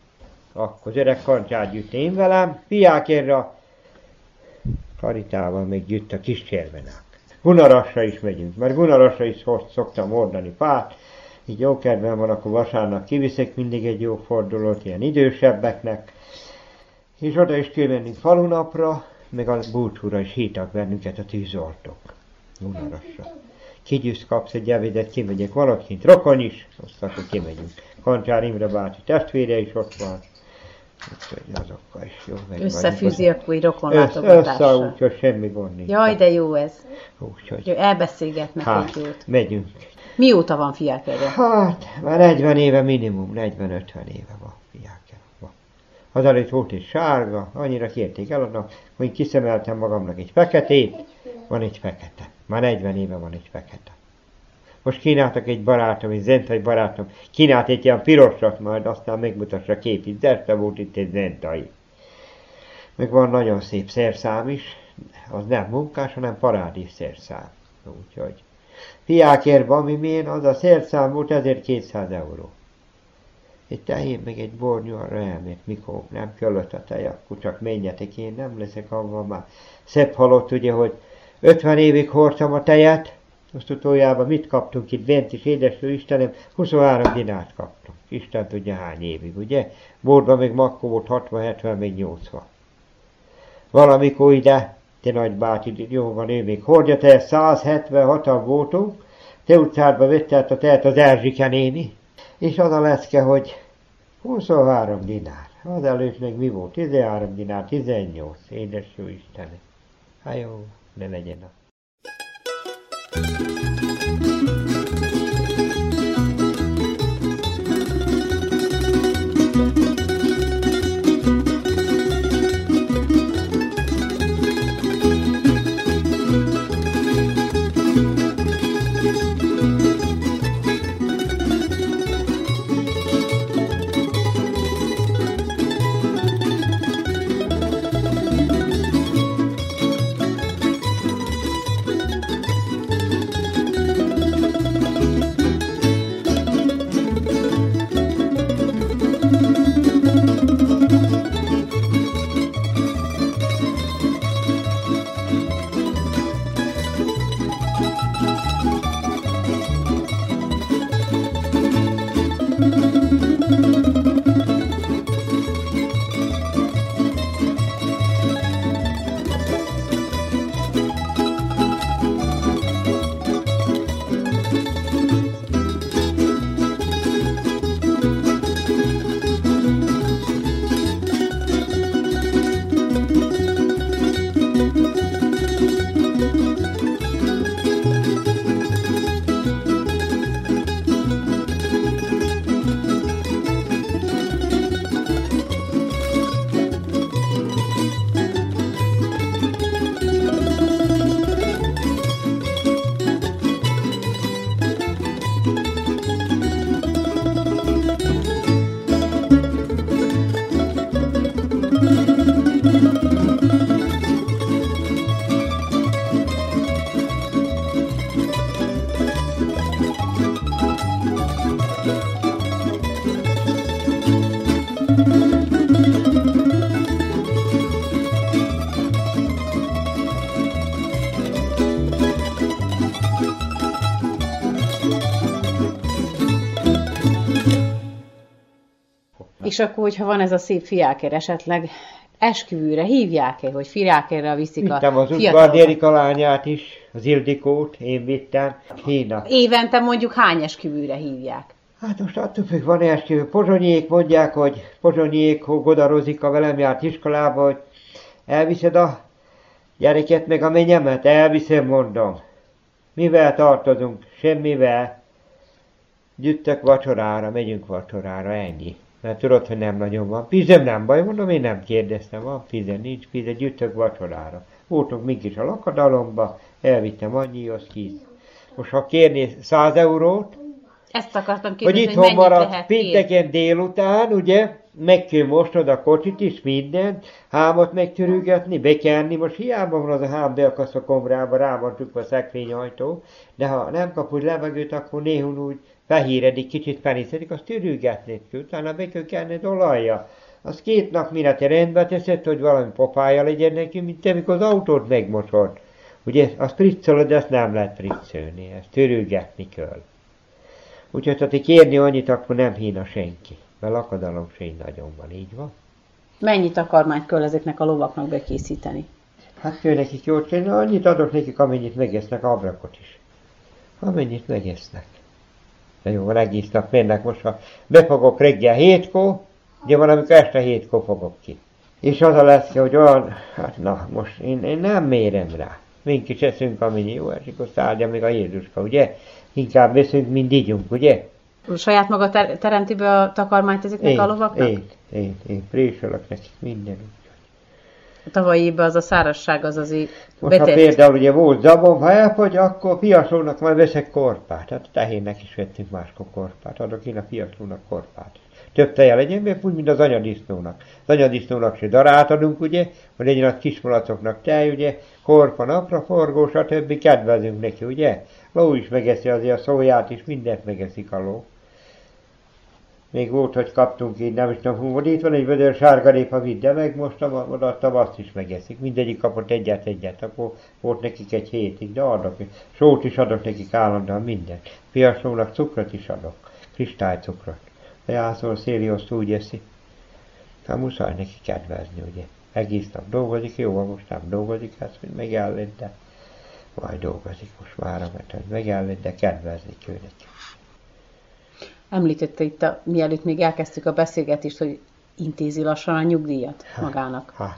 Akkor az öreg Kancsát gyűjt én velem, fiák erre a Karitával még gyűjt a kis Cservenák. Gunarasra is megyünk, mert Gunarasra is szoktam hordani fát, így jó kedvem van, akkor vasárnap kiviszek mindig egy jó fordulót ilyen idősebbeknek, és oda is kimennünk falunapra, meg a búcsúra is hívtak bennünket a tűzoltók. Gunarasra. Kigyűsz, kapsz egy ebédet, kimegyek valakint, rokon is, azt akkor kimegyünk. Kancsár Imre bácsi testvére is ott van. Úgyhogy azokkal is jó meg összefűzi akkor egy rokonlátogatással. Össze, úgyhogy semmi gond nincs. Jaj, de jó ez. Úgyhogy. Elbeszélgetnek egy jót. Megyünk. Mióta van fiák erre? Hát, már 40 éve minimum, 40-50 éve van fiák erre. Azelőtt volt egy sárga, annyira kérték eladnak, hogy kiszemeltem magamnak egy feketét, van egy fekete. Már 40 éve van egy fekete. Most kínáltak egy barátom, egy zentai barátom, kínált egy ilyen pirosat, majd aztán megmutassa a képét, de este volt itt egy zentai. Meg van nagyon szép szerszám is, az nem munkás, hanem parádés szerszám. Úgyhogy fiákérben, ami milyen, az a szerszám volt 1200 euró. Egy tehén, meg egy bornyú arra elmét, mikor nem kellett a tej, akkor csak menjetek, én nem leszek avval már. Szebb halott ugye, hogy 50 évig hordtam a tejet, azt utoljából mit kaptunk itt bent is, édeső Istenem, 23 dinárt kaptunk. Isten tudja hány évig, ugye? Bordban még makkó volt 60, 70, még 80. Valamikor ide, te nagybácsi, jó van, ő még hordja tejet, 176-an voltunk, te utcádba vette át a tejet az Erzsike néni, és az a leszke, hogy 23 dinár. Az előtt még mi volt? 13 dinár, 18. Édeső Istenem. Hát jó, ne legyen a... És akkor, hogyha van ez a szép fiáker, esetleg esküvőre hívják-e, hogy fiákerre viszik a fiatalokat? Vittem az Udvardi Erika lányát is, az Ildikót, én vittem. Hínak. Évente mondjuk hány esküvőre hívják? Hát most attól függ, van esküvő. Pozsonyék mondják, hogy Pozsonyék, Goda Rozika velem járt iskolába, hogy elviszed a gyereket meg a menyemet, elviszem, mondom. Mivel tartozunk? Semmivel. Gyűjtök vacsorára, megyünk vacsorára, ennyi. Mert tudod, hogy nem nagyon van. Pizem nem baj, mondom, én nem kérdeztem, van pizem, nincs pizem, gyűjtök vacsorára. Voltunk mink is a lakadalomba, elvittem annyihoz 10. Most ha kérnél 100 eurót, ezt akartam kérdezni, hogy itthon marad pénteken délután, ugye, meg kell mosnod a kocsit is, mindent, hámot megtörügetni, bekenni, most hiába van az a hám beakasz a komrába, rá van trükve a szekrényajtó, de ha nem kap úgy levegőt, akkor néhol úgy fehéredik, kicsit feniszedik, azt törügetni, utána be kell kenned olajja, Az 2 nap mire te rendbe teszed, hogy valami pofája legyen neki, mint amikor az autót megmosod. Ugye, azt priccolod, de azt nem lehet priccolni, ezt törülgetni kell. Úgyhogy ha te kérni annyit, akkor nem hína senki, mert lakadalom se nagyon van, így van. Mennyit takarmányt kell ezeknek a lovaknak bekészíteni? Hát kell nekik jót kérni, annyit adok nekik, amennyit megesznek, abrakot is. Amennyit megesznek. De jó, van egész nap mennek, most ha befogok reggel 7-kor, ugye valamikor este 7-kor fogok ki. És az a lesz, hogy olyan, hát na, most én nem mérem rá. Mink is eszünk, amennyi jó esik, azt áldja még a Jézuska, ugye? Inkább veszünk, mint ígyunk, ugye? Saját maga teremti be a takarmányt ezeknek a lovaknak? Én préselek nekik minden úgy. A tavalyi évben az a szárazság az azért most betett. Ha például ugye volt zabom, ha elfogy, akkor piaslónak majd veszek korpát. Hát a tehénnek is vettünk máskor korpát. Adok én a piaslónak korpát. Több teje legyen, mert úgy, mint az anyadisznónak. Az anyadisznónak se darát adunk, ugye, hogy legyen az kismalacoknak tej, ugye, korpa, napraforgó, stb. Kedvezünk neki, ugye. Ló is megeszi azért a szóját is, mindent megeszik a ló. Még volt, hogy kaptunk így, nem is tudom, hogy itt van egy vödör sárgarépa, vidd meg, most odaadtam, azt is megeszik. Mindegyik kapott egyet, akkor volt nekik egy hétig, de adok. Sót is adok nekik állandóan, mindent. Piaslónak cukrot is adok, kristálycukrot. De jászol Szélioszt úgy eszi. Hát muszáj neki kedvezni, ugye. Egész nap dolgozik, jó, most nem dolgozik, hát, hogy megállít, de majd dolgozik most már, mert hogy megállít, de kedvezni kell neki. Említette itt, mielőtt még elkezdtük a beszélgetést, hogy intézi lassan a nyugdíjat magának. Hát,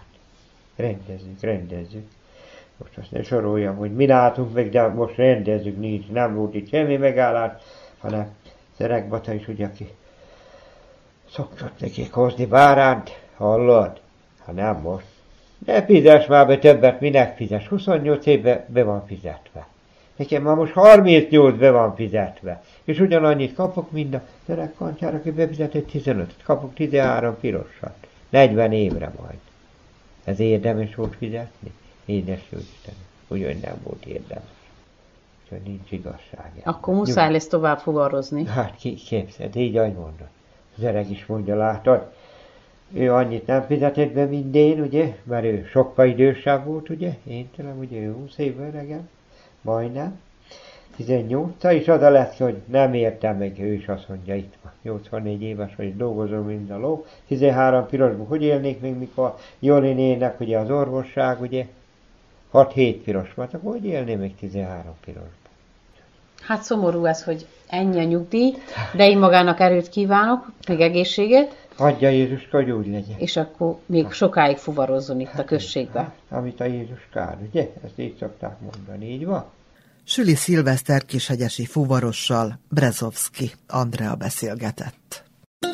rendezzük. Most azt ne soroljam, hogy mi látunk meg, de most rendezzük, nincs, nem volt itt semmi megállás, hanem Szereg Bata is ugye, aki szoktott nekik hozni báránt, hallod? Ha nem most. Ne fizes már be többet, minek fizes? 28 évben be van fizetve. Nekem már most 38 be van fizetve. És ugyanannyit kapok, mint a gyerekkantyára, aki befizetett 15-t. Kapok 13 pirosat. 40 évre majd. Ez érdemes volt fizetni? Édes jó Istenem. Úgyhogy nem volt érdemes. Úgyhogy nincs igazság. Akkor muszáj lesz tovább fuvarozni. Hát képzeld, így ahogy mondod. Az öreg is mondja, látod? Ő annyit nem fizetett be, mint én, ugye? Mert ő sokkal idősebb volt, ugye? Én tőlem, ugye ő 20 év öregem. Majdnem. 18, és az a lesz, hogy nem értem meg, ő is azt mondja, itt van. 84 éves, hogy dolgozom, mint a ló. 13 pirosból, hogy élnék még, mikor Jolinének, ugye az orvosság, ugye? 6-7 piros, mert akkor hogy élné még 13 pirosban? Hát szomorú ez, hogy ennyi a nyugdíj, de én magának erőt kívánok, még egészséget. Adja Jézuska, hogy úgy legyen. És akkor még sokáig fuvarozzon itt a községben. Amit a Jézuskád, ugye? Ezt így szokták mondani, így van? Süli Szilveszter kishegyesi fuvarossal Brezovszky Andrea beszélgetett.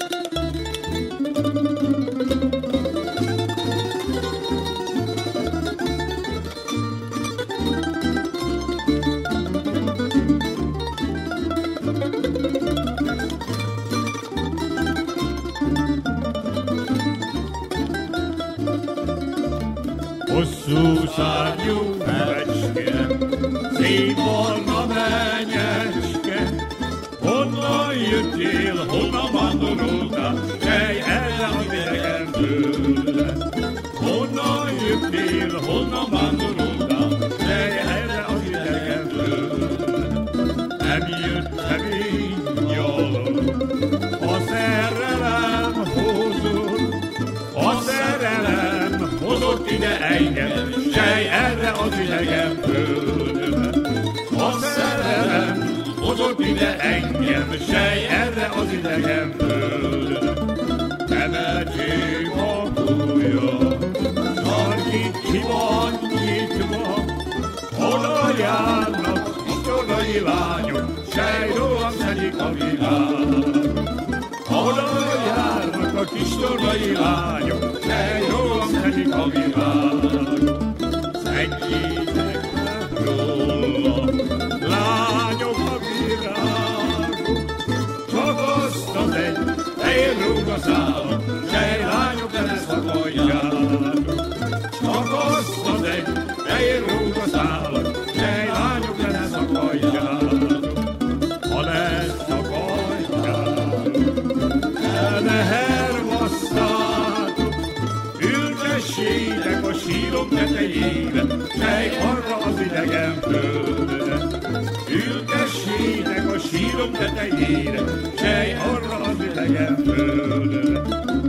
Hosszú szárnyú fecske, szép barna menyecske, honnan jöttél, honnan vándoroltál, sej erre az idegen földre. Honnan jöttél, honnan vándoroltál, sej erre az idegen földre. Nem jöttem én nyalom, a szerelem hozott, a szerelem hozott ide engem, sej erre az idegen földre. A szerelem hozott ide engem, sej erre az idegen földre. Temetsék a kúja, sarkit van nyitva, oda járnak iskorai lányok, sej rólam szedik a világ. Oda járnak a kis tornai lányok, sej rólam szedik a világ. Szedjétek le róla, lányok a virágok, csak azt az egy fehér rózsaszállat, sej lányok ne szakadjátok. Csak azt az egy fehér rózsaszállat, sej lányok ne szakadjátok. Ha ne szakadjátok, ne hervasszál, tetejére, sej arra az idegen földre.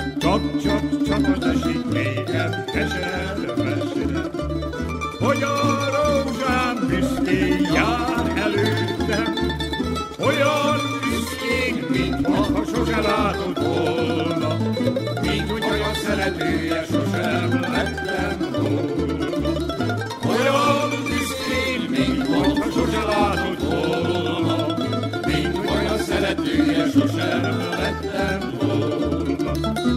Csak az esik nékem, esetlen messzire, hogy a rózsám büszkén jár előttem, olyan büszkén, mint ha sose látott volna, mint hogy olyan szeretője sosem lettem volna. Olyan büszkén, mint ha sose látott volna, mint hogy olyan szeretője sosem lettem volna.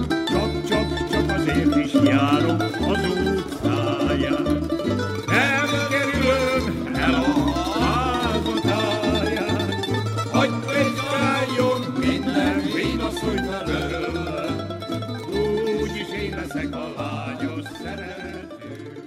Csak azért is járok az utcáján, nem kerülöm el a házatáján, hagyd álljon minden vénasszony belőle, úgyis én leszek a lányos szerető.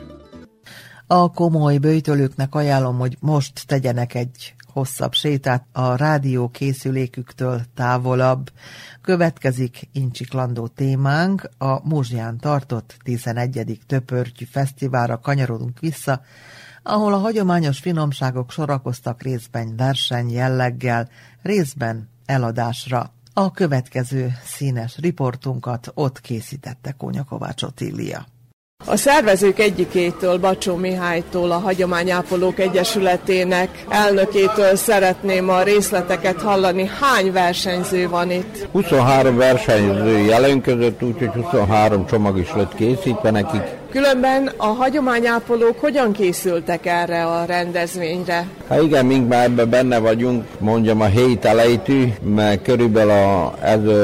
A komoly böjtölőknek ajánlom, hogy most tegyenek egy hosszabb sétát a rádió készüléküktől távolabb. Következik incsiklandó témánk, a Muzsján tartott 11. Töpörtyű Fesztiválra kanyarodunk vissza, ahol a hagyományos finomságok sorakoztak részben verseny jelleggel, részben eladásra. A következő színes riportunkat ott készítette Kónya Kovács Otília. A szervezők egyikétől, Bacsó Mihálytól, a Hagyományápolók Egyesületének elnökétől szeretném a részleteket hallani. Hány versenyző van itt? 23 versenyző jelentkezett, úgyhogy 23 csomag is lett készítve nekik. Különben a hagyományápolók hogyan készültek erre a rendezvényre? Hát igen, mink már ebben benne vagyunk, mondjam a hét elejtű, mert körülbelül a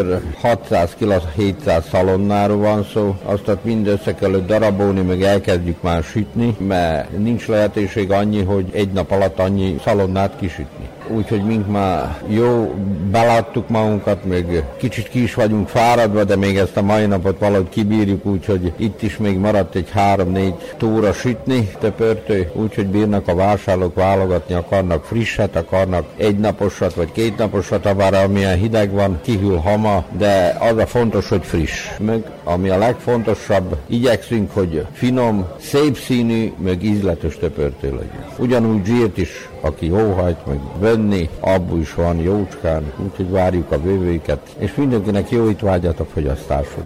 1600-1700 szalonnáról van szó, azt mind össze kellett darabolni, meg elkezdjük már sütni, mert nincs lehetőség annyi, hogy egy nap alatt annyi szalonnát kisütni. Úgyhogy mink már jó beláttuk magunkat, még kicsit ki is vagyunk fáradva, de még ezt a mai napot valahogy kibírjuk, úgyhogy itt is még maradt egy 3-4 tóra sütni töpörtő, úgyhogy bírnak a vásárlók válogatni, akarnak frisset, akarnak egynaposat vagy kétnaposat, avárra amilyen hideg van, kihűl hama, de az a fontos, hogy friss. Meg ami a legfontosabb, igyekszünk, hogy finom, szép színű, meg ízletes töpörtő legyen. Ugyanúgy zsírt is, aki jóhajt, meg venni, abból is van jócskán, úgyhogy várjuk a bővőket, és mindenkinek jó étvágyat a fogyasztáshoz.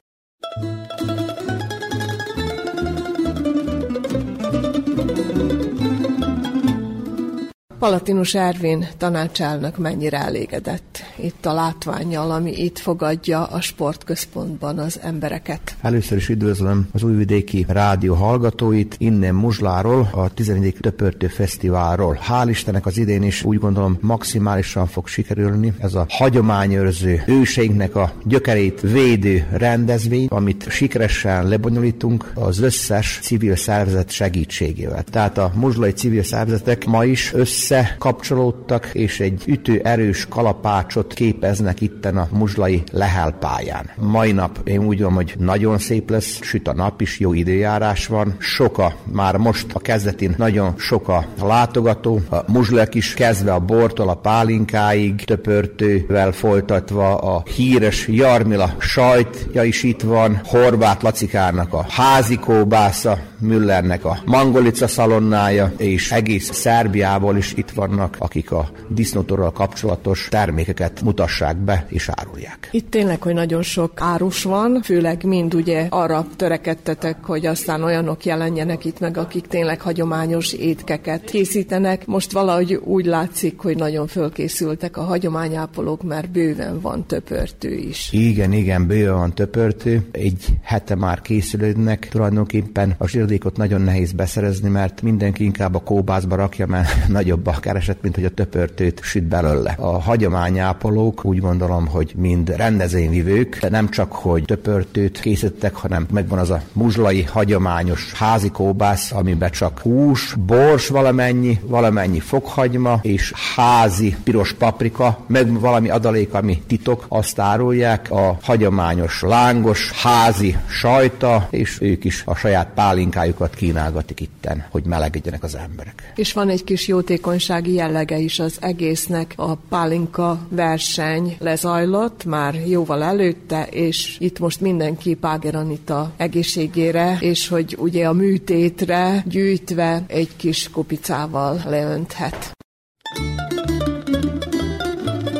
Palatinus Ervin tanácselnök mennyire elégedett itt a látvánnyal, ami itt fogadja a sportközpontban az embereket? Először is üdvözlöm az újvidéki rádió hallgatóit, innen Muzsláról, a 11. Töpörtő Fesztiválról. Hál' Istennek az idén is úgy gondolom maximálisan fog sikerülni. Ez a hagyományőrző őseinknek a gyökerét védő rendezvény, amit sikeresen lebonyolítunk az összes civil szervezet segítségével. Tehát a muzslai civil szervezetek ma is összekapcsolódtak, és egy ütőerős kalapácsot képeznek itten a muzslai lehelpályán. Mai nap én úgy gondolom, hogy nagyon szép lesz, süt a nap is, jó időjárás van, már most a kezdetén nagyon sok a látogató, a muzslák is kezdve a bortól a pálinkáig, töpörtővel folytatva a híres Jarmila sajtja is itt van, Horváth Lacikának a házi kóbásza, Müllernek a mangolica szalonnája, és egész Szerbiából is itt vannak, akik a disznótorral kapcsolatos termékeket mutassák be és árulják. Itt tényleg, hogy nagyon sok árus van, főleg mind ugye arra törekedtetek, hogy aztán olyanok jelenjenek itt meg, akik tényleg hagyományos étkeket készítenek. Most valahogy úgy látszik, hogy nagyon fölkészültek a hagyományápolók, mert bőven van töpörtő is. Igen, bőven van töpörtő. Egy hete már készülődnek. Tulajdonképpen a zsiradékot nagyon nehéz beszerezni, mert mindenki inkább a kóbászba rakja, mert nagyobb a kereset, mint hogy a töpörtőt süt belőle. A hagyományápolók úgy gondolom, hogy mind rendezvényvivők, de nem csak, hogy töpörtőt készítettek, hanem megvan az a muzslai hagyományos házi kóbász, amiben csak hús, bors valamennyi fokhagyma, és házi piros paprika, meg valami adalék, ami titok, azt árulják, a hagyományos lángos házi sajta, és ők is a saját pálinkájukat kínálgatik itten, hogy melegedjenek az emberek. És van egy kis jótékonysági jellege is az egésznek. A pálinka verseny lezajlott már jóval előtte, és itt most mindenki Páger Anita egészségére, és hogy ugye a műtétre gyűjtve egy kis kupicával leönthet.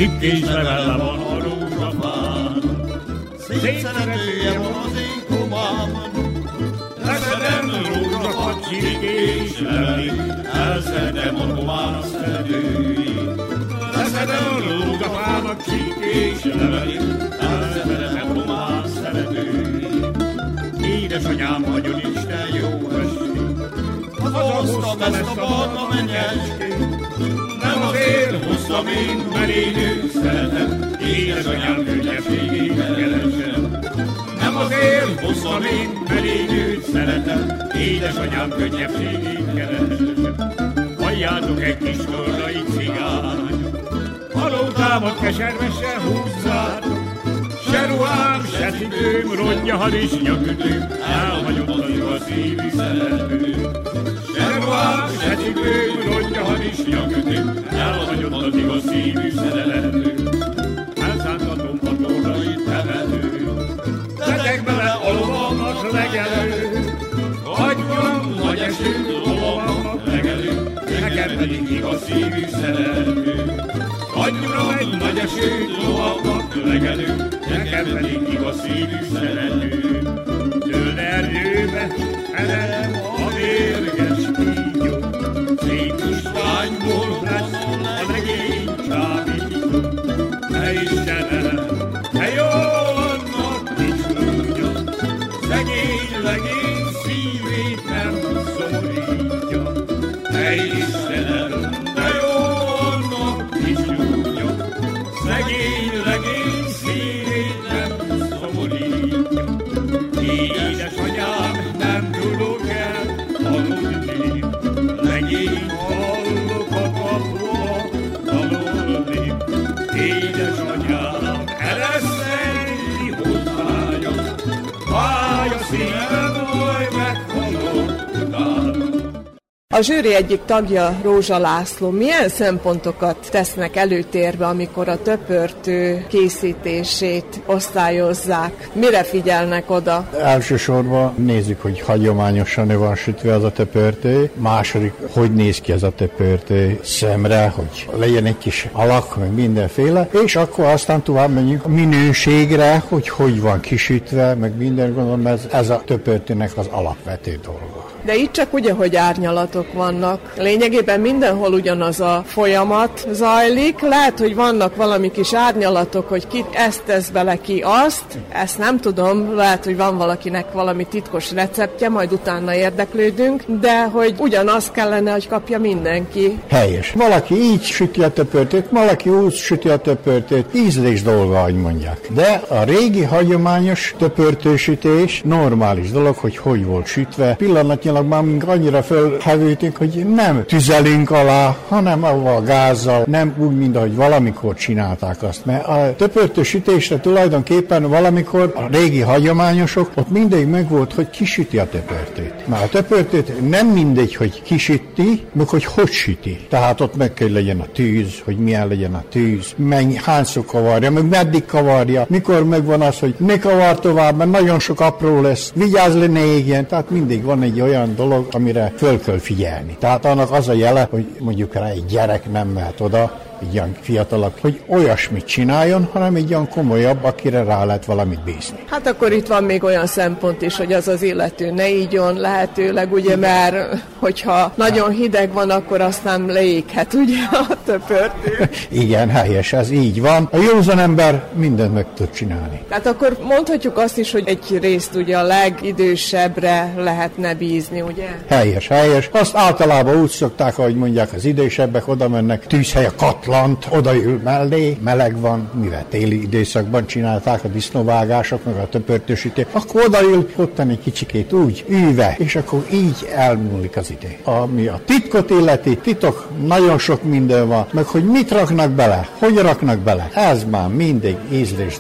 csipkés levele van a rózsafán. Szép szeretője van az én komám, leszedem rózsafa csipkés levelét, elszedem a komám szedőjét. Leszedem a rózsafának csipkés levelét, elszedem a komám szeretőjét. Édesanyám, nagyon Isten jó estét, hazahoztam ezt a barna menyecskét. Nem azért hoztam én, mert én őt szeretem, édesanyám könnyebbségét keresem. Nem azért hoztam én, mert én őt szeretem, édesanyám könnyebbségét keresem. Halljátok egy kis tornai cigány, halótámat keservesen húzzátok. Se ruhám, se cipőm, rongyahal és nyakütőm, elhagyott az igaz szívű szeretőm. Se ruhám, se cipőm, rongyahal és nyakütőm, elhagyott az igaz szívű szeretőm. Elszántatom a tornai temetőm, tegyek bele a lovamnak legelő. Hagyjam nagy esőt lovamnak legelő, nekem pedig igaz szívű szeretőm. Hagyjam egy nagy esőt lovamnak legelő, nekem pedig igaz szívű szeretőm. Tőle erdőbe eredem a mérges kígyó, szép Istványból lesz a legény csábító. Ne Istenem, ne jó annak kis lúgya, szegény legény szívét nem szorítja. Ne Istenem, ne jó annak kis lúgya, szegény legény szívét nem szomorítja. Édesanyám, nem tudok el aludni, legény hallok a padlóba aludni. Édesanyám, ereszteni hozzájam, fáj a szívem, majd meghalok utána. A zsűri egyik tagja, Rózsa László, milyen szempontokat tesznek előtérbe, amikor a töpörtő készítését osztályozzák? Mire figyelnek oda? Elsősorban nézzük, hogy hagyományosan van sütve az a töpörtő. Második, hogy néz ki ez a töpörtő szemre, hogy legyen egy kis alak, meg mindenféle. És akkor aztán tovább menjünk a minőségre, hogy van kisütve, meg minden, gondolom ez a töpörtőnek az alapvető dolga. De itt csak ugye, hogy árnyalatok vannak. Lényegében mindenhol ugyanaz a folyamat zajlik. Lehet, hogy vannak valami kis árnyalatok, hogy ki ezt tesz bele, ki azt. Ezt nem tudom, lehet, hogy van valakinek valami titkos receptje, majd utána érdeklődünk, de hogy ugyanaz kellene, hogy kapja mindenki. Helyes. Valaki így süti a töpörtőt, valaki úgy süti a töpörtőt, ízlés dolga, ahogy mondják. De a régi hagyományos töpörtősütés normális dolog, hogy volt sütve. Pillanatnyilag már mink annyira fölhevültünk, hogy nem tüzelünk alá, hanem avval gázzal, nem úgy, mint ahogy valamikor csinálták azt. Mert a töpörtősütésre tulajdonképpen valamikor a régi hagyományosok, ott mindig megvolt, hogy kisüti a töpörtőt. Már a töpörtőt nem mindegy, hogy kisüti, meg hogy süti. Tehát ott meg kell legyen a tűz, hogy milyen legyen a tűz, hányszor kavarja, meg meddig kavarja, mikor megvan az, hogy ne kavar tovább, mert nagyon sok apró lesz, vigyázz le, ne égjen. Tehát mindig van egy olyan dolog, amire föl kell figyelni. Tehát annak az a jele, hogy mondjuk rá egy gyerek nem mehet oda, egy olyan fiatalabb, hogy olyasmit csináljon, hanem egy olyan komolyabb, akire rá lehet valamit bízni. Hát akkor itt van még olyan szempont is, hogy az illető ne ígyon lehetőleg, ugye, mert hogyha nagyon hideg van, akkor aztán leéghet, ugye, a töpörtő. Igen, helyes, ez így van. A józan ember mindent meg tud csinálni. Tehát akkor mondhatjuk azt is, hogy egy részt ugye a legidősebbre lehetne bízni, ugye? Helyes. Azt általában úgy szokták, ahogy mondják, az idősebbek oda mennek, tűzhely a katlant, odaül mellé, meleg van, mivel téli időszakban csinálták a disznóvágások, meg a töpörtősítés, akkor odaül, ottan egy kicsikét úgy ülve, és akkor így elmúlik az idő. Ami a titkot illeti, titok nagyon sok minden van, meg hogy mit raknak bele, hogy raknak bele, ez már mindig ízlés dolga.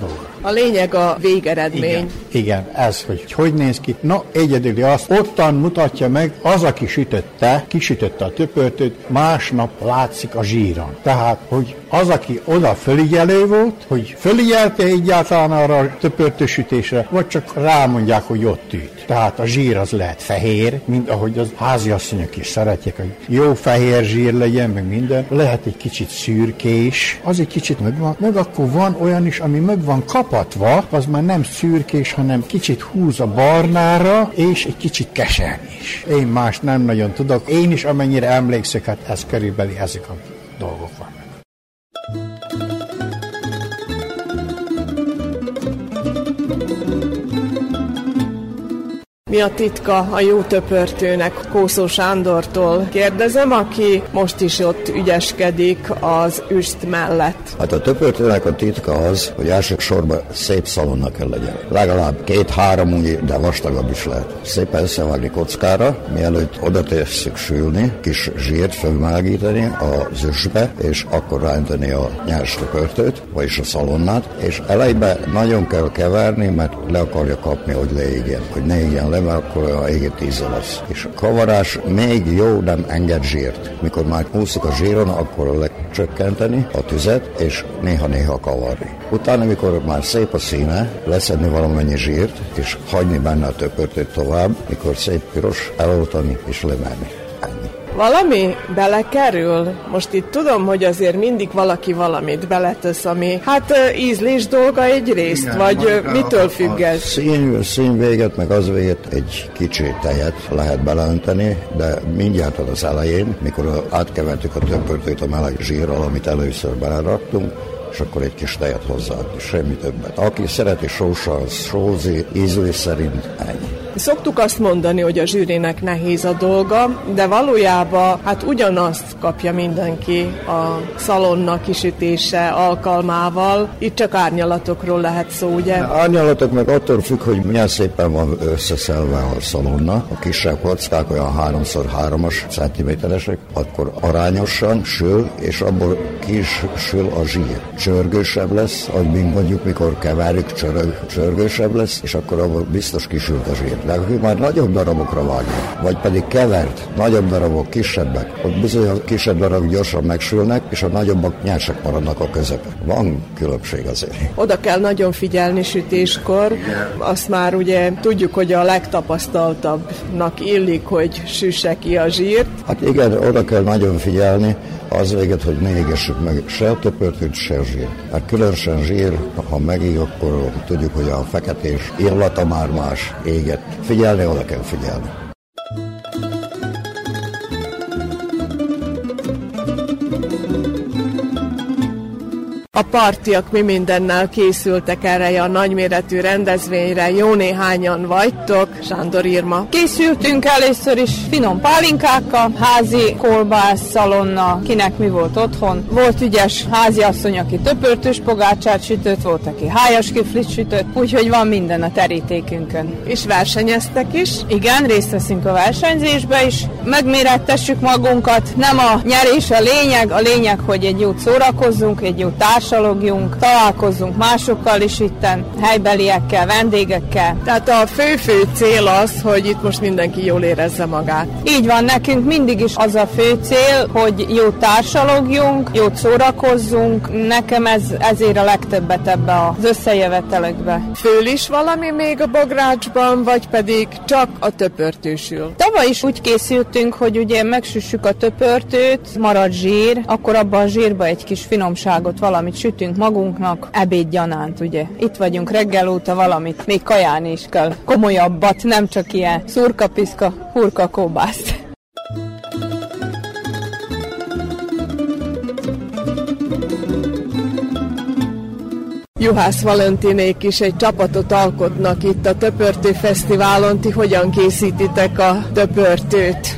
A lényeg a végeredmény. Igen, ez, hogy néz ki. No, egyedül azt ottan mutatja meg, az, aki kisütötte a töpörtőt, másnap látszik a zsíron. Tehát, hogy az, aki oda föligyelő volt, hogy föligyelte egyáltalán arra a töpörtősütésre, vagy csak rámondják, hogy ott üt. Tehát a zsír az lehet fehér, mint ahogy az háziasszonyok is szeretják, hogy jó fehér zsír legyen, meg minden. Lehet egy kicsit szürkés, az egy kicsit megvan, meg akkor van olyan is, ami meg van kapatva, az már nem szürkés, hanem kicsit húz a barnára, és egy kicsit keserny is. Én más nem nagyon tudok. Én is, amennyire emlékszek, hát ez körülbelül ezek a dolgok vannak. Mi a titka a jó töpörtőnek? Kószó Sándortól kérdezem, aki most is ott ügyeskedik az üst mellett. Hát a töpörtőnek a titka az, hogy elsősorban szép szalonna kell legyen. Legalább 2-3 ujj, de vastagabb is lehet. Szépen összevágni kockára, mielőtt oda tesszük sülni, kis zsírt fölmelegíteni az üstbe, és akkor ráönteni a nyers töpörtőt, vagyis a szalonnát, és elejében nagyon kell keverni, mert le akarja kapni, hogy leégjen, hogy ne égjen le, mert akkor a égett íze lesz. És a kavarás még jó, nem enged zsírt. Mikor már húzzuk a zsíron, akkor lecsökkenteni a tüzet, és néha-néha kavarni. Utána, mikor már szép a színe, leszedni valamennyi zsírt, és hagyni benne a töpörtőt tovább, mikor szép piros, eloltani és lemenni. Valami belekerül? Most itt tudom, hogy azért mindig valaki valamit beletesz, ami hát ízlés dolga egyrészt, igen, vagy mitől függ ez? Szín véget, meg az véget egy kicsi tejet lehet beleönteni, de mindjárt az elején, mikor átkevertük a töpörtőt a meleg zsírral, amit először beleraktunk, és akkor egy kis tejet hozzá, semmi többet. Aki szereti sósan, sózi, ízlés szerint ennyi. Szoktuk azt mondani, hogy a zsűrinek nehéz a dolga, de valójában hát ugyanazt kapja mindenki a szalonna kisütése alkalmával. Itt csak árnyalatokról lehet szó, ugye? Árnyalatok meg attól függ, hogy milyen szépen van összeszelve a szalonna. A kisebb kockák olyan 3x3-as centiméteresek, akkor arányosan sül, és abból ki is sül a zsír. Csörgősebb lesz, ahogy mi mondjuk, mikor keverjük, csörgősebb lesz, és akkor abból biztos kisült a zsír. De akkor már nagyobb darabokra vágjuk, vagy pedig kevert, nagyobb darabok, kisebbek, ott bizony a kisebb darabok gyorsan megsülnek, és a nagyobbak nyersek maradnak a közepén. Van különbség azért. Oda kell nagyon figyelni sütéskor. Azt már ugye tudjuk, hogy a legtapasztaltabbnak illik, hogy süsse ki a zsírt. Hát igen, oda kell nagyon figyelni, az véget, hogy ne égessük meg se a töpörtőt, se a zsír. Hát különösen zsír, ha megég, akkor tudjuk, hogy a feketés illata már más éget. Figyelni, oda kell figyelni. A partiak mi mindennel készültek erre a nagyméretű rendezvényre, jó néhányan vagytok. Sándor Irma. Készültünk először is finom pálinkákkal, házi kolbász, szalonna, kinek mi volt otthon. Volt ügyes háziasszony, aki töpörtős pogácsát sütött, volt, aki hájas kiflit sütött, úgyhogy van minden a terítékünkön. És versenyeztek is? Igen, részt veszünk a versenyzésbe is. Megmérettessük magunkat, nem a nyerés a lényeg, hogy egy jót szórakozzunk, egy jót társalogunk, találkozzunk másokkal is itten, helybeliekkel, vendégekkel. Tehát a fő cél az, hogy itt most mindenki jól érezze magát. Így van, nekünk mindig is az a fő cél, hogy jót társalogjunk, jót szórakozzunk. Nekem ezért a legtöbbet ebbe az összejövetelekbe. Fől is valami még a bográcsban, vagy pedig csak a töpörtősül? Tavaly is úgy készültünk, hogy ugye megsüssük a töpörtőt, marad zsír, akkor abban a zsírba egy kis finomságot, valamit sütünk magunknak, ebédgyanánt, ugye. Itt vagyunk reggel óta, valamit még kajálni is kell. Komolyabbat, nem csak ilyen szurka-piszka, hurka kóbászt. Juhász Valentinék is egy csapatot alkotnak itt a Töpörtő Fesztiválon. Ti hogyan készítitek a töpörtőt?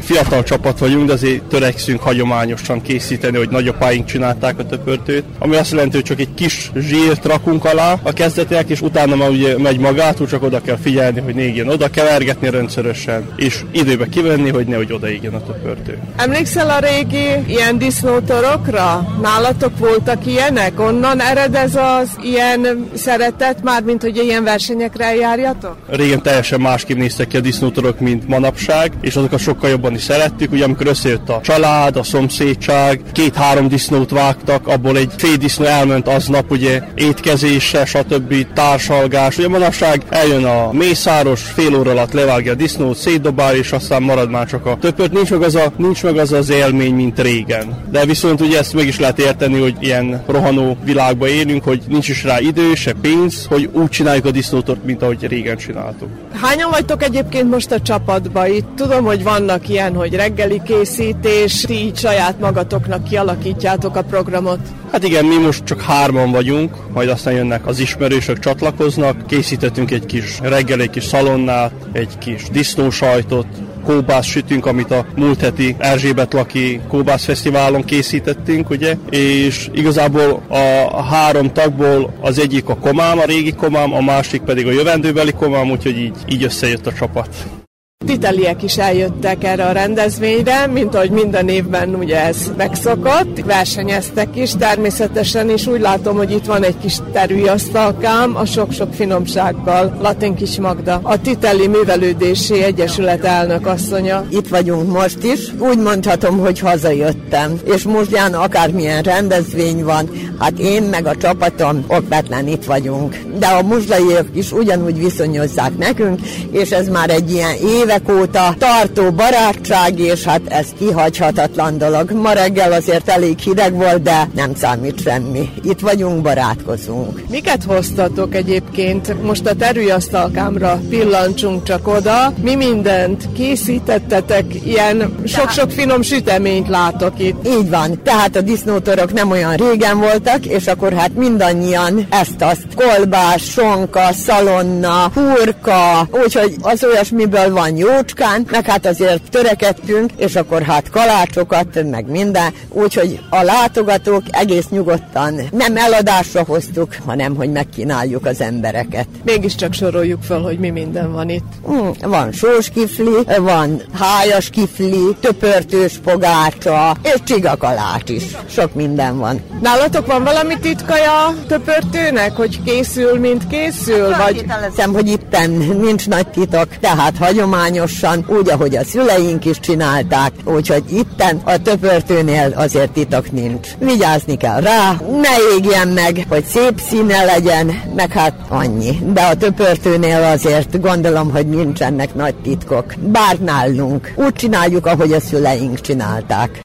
fiatal csapat vagyunk, de azért törekszünk hagyományosan készíteni, hogy nagyapáink csinálták a töpörtőt, ami azt jelenti, hogy csak egy kis zsírt rakunk alá a kezdetiek, és utána már ugye megy magától, csak oda kell figyelni, hogy ne égjen, oda kevergetni rendszeresen, és időbe kivenni, hogy nehogy oda égjen a töpörtő. Emlékszel a régi ilyen disznótorokra? Nálatok voltak ilyenek? Onnan ered ez az ilyen szeretet, mármint hogy ilyen versenyekre eljárjatok? Régen teljesen másképp néztek ki a disznótorok, mint manapság, és azokat sokkal jobban is szerettük, ugye amikor összejött a család, a szomszédság, 2-3 disznót vágtak, abból egy fél disznó elment aznap, ugye étkezésre, stb. Társalgás. Ugye manapság eljön a mészáros, fél óra alatt levágja a disznót, szétdobál, és aztán marad már csak a töpört. Nincs meg az élmény, mint régen. De viszont ugye ezt meg is lehet érteni, hogy ilyen rohanó világban élünk, hogy nincs is rá idő, se pénz, hogy úgy csináljuk a disznótort, mint ahogy régen csináltuk. Hányan vagytok egyébként most a csapatban? Itt tudom, hogy vannak ilyen, hogy reggeli készítés, ti így saját magatoknak kialakítjátok a programot. Hát igen, mi most csak 3-an vagyunk, majd aztán jönnek az ismerősök, csatlakoznak, készítettünk egy kis reggel, egy kis szalonnát, egy kis disznósajtot, kóbászt sütünk, amit a múlt heti Erzsébetlaki kóbászfesztiválon készítettünk, ugye, és igazából a 3 tagból az egyik a komám, a régi komám, a másik pedig a jövendőbeli komám, úgyhogy így összejött a csapat. Titeliek is eljöttek erre a rendezvényre, mint ahogy minden évben ugye ez megszokott, versenyeztek is természetesen, és úgy látom, hogy itt van egy kis terülyasztalkám a sok-sok finomsággal. Latin Kis Magda, a Titeli Művelődési Egyesület elnök asszonya. Itt vagyunk most is, úgy mondhatom, hogy hazajöttem, és mostján akármilyen rendezvény van, hát én meg a csapatom okvetlen itt vagyunk. De a muzslaiak is ugyanúgy viszonyozzák nekünk, és ez már egy ilyen évek óta tartó barátság, és hát ez kihagyhatatlan dolog. Ma reggel azért elég hideg volt, de nem számít semmi. Itt vagyunk, barátkozunk. Miket hoztatok egyébként? Most a terülyasztalkámra pillancsunk csak oda. Mi mindent készítettetek? Ilyen sok-sok finom süteményt látok itt. Így van. Tehát a disznótorok nem olyan régen voltak, és akkor hát mindannyian ezt-azt, kolbász, sonka, szalonna, hurka, úgyhogy az olyasmiből van jócskán, meg hát azért törekedtünk, és akkor hát kalácsokat, meg minden, úgyhogy a látogatók egész nyugodtan nem eladásra hoztuk, hanem hogy megkínáljuk az embereket. Mégiscsak soroljuk fel, hogy mi minden van itt. Van sós kifli, van hájas kifli, töpörtős pogácsa, és csigakalács is. Sok minden van. Nálatok van valami titkaja töpörtőnek, hogy készül, mint készül? Vagy hiszem, hogy itten nincs nagy titok, tehát hagyományosan, úgy, ahogy a szüleink is csinálták, úgyhogy itten a töpörtőnél azért titok nincs. Vigyázni kell rá, ne égjen meg, hogy szép színe legyen, meg hát annyi. De a töpörtőnél azért gondolom, hogy nincsenek nagy titkok. Bár nálunk. Úgy csináljuk, ahogy a szüleink csinálták.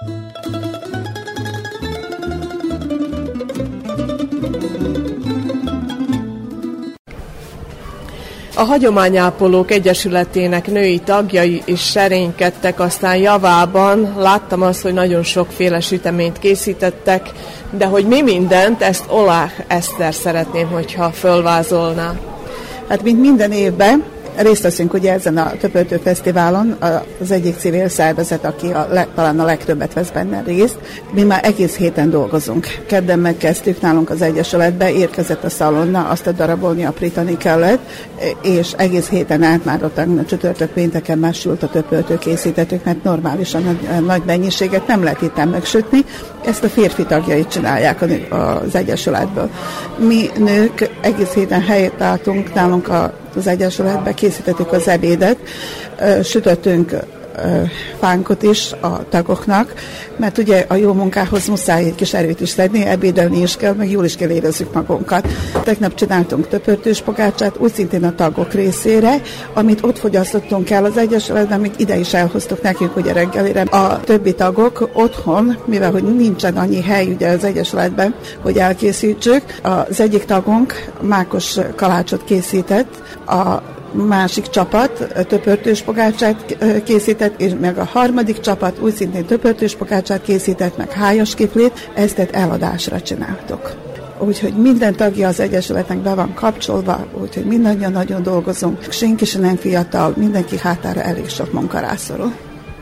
A Hagyományápolók Egyesületének női tagjai is serénykedtek, aztán javában láttam azt, hogy nagyon sokféle süteményt készítettek, de hogy mi mindent, ezt Olá Eszter szeretném, hogyha fölvázolná. Hát mint minden évben részt veszünk ugye ezen a Töpörtő Fesztiválon, az egyik civil szervezet, aki talán a legtöbbet vesz benne részt. Mi már egész héten dolgozunk. Kedden megkezdtük nálunk az Egyesületbe, érkezett a szalonna, azt a darabolni, aprítani kellett, és egész héten át már ott a csütörtök pénteken már sült a töpörtő készítettük, mert normálisan nagy mennyiséget nem lehet itt megsütni. Ezt a férfi tagjai csinálják az Egyesületből. Mi nők egész héten helyet álltunk nálunk az Egyesületben, készítettük az ebédet, sütöttünk fánkot is a tagoknak, mert ugye a jó munkához muszáj egy kis erőt is szedni, ebédelni is kell, meg jól is kell érezzük magunkat. Tegnap csináltunk töpörtős pogácsát, úgy szintén a tagok részére, amit ott fogyasztottunk el az Egyesületben, még ide is elhoztuk nekünk ugye reggelire. A többi tagok otthon, mivel hogy nincsen annyi hely ugye az Egyesületben, hogy elkészítsük, az egyik tagunk mákos kalácsot készített, a másik csapat töpörtős pogácsát készített, és meg a harmadik csapat úgy szintén töpörtős pogácsát készített, meg hájas kiflit, ezt eladásra csináltuk. Úgyhogy minden tagja az Egyesületnek be van kapcsolva, úgyhogy mindannyian nagyon dolgozunk. Senki sem nem fiatal, mindenki hátára elég sok munka rászorul.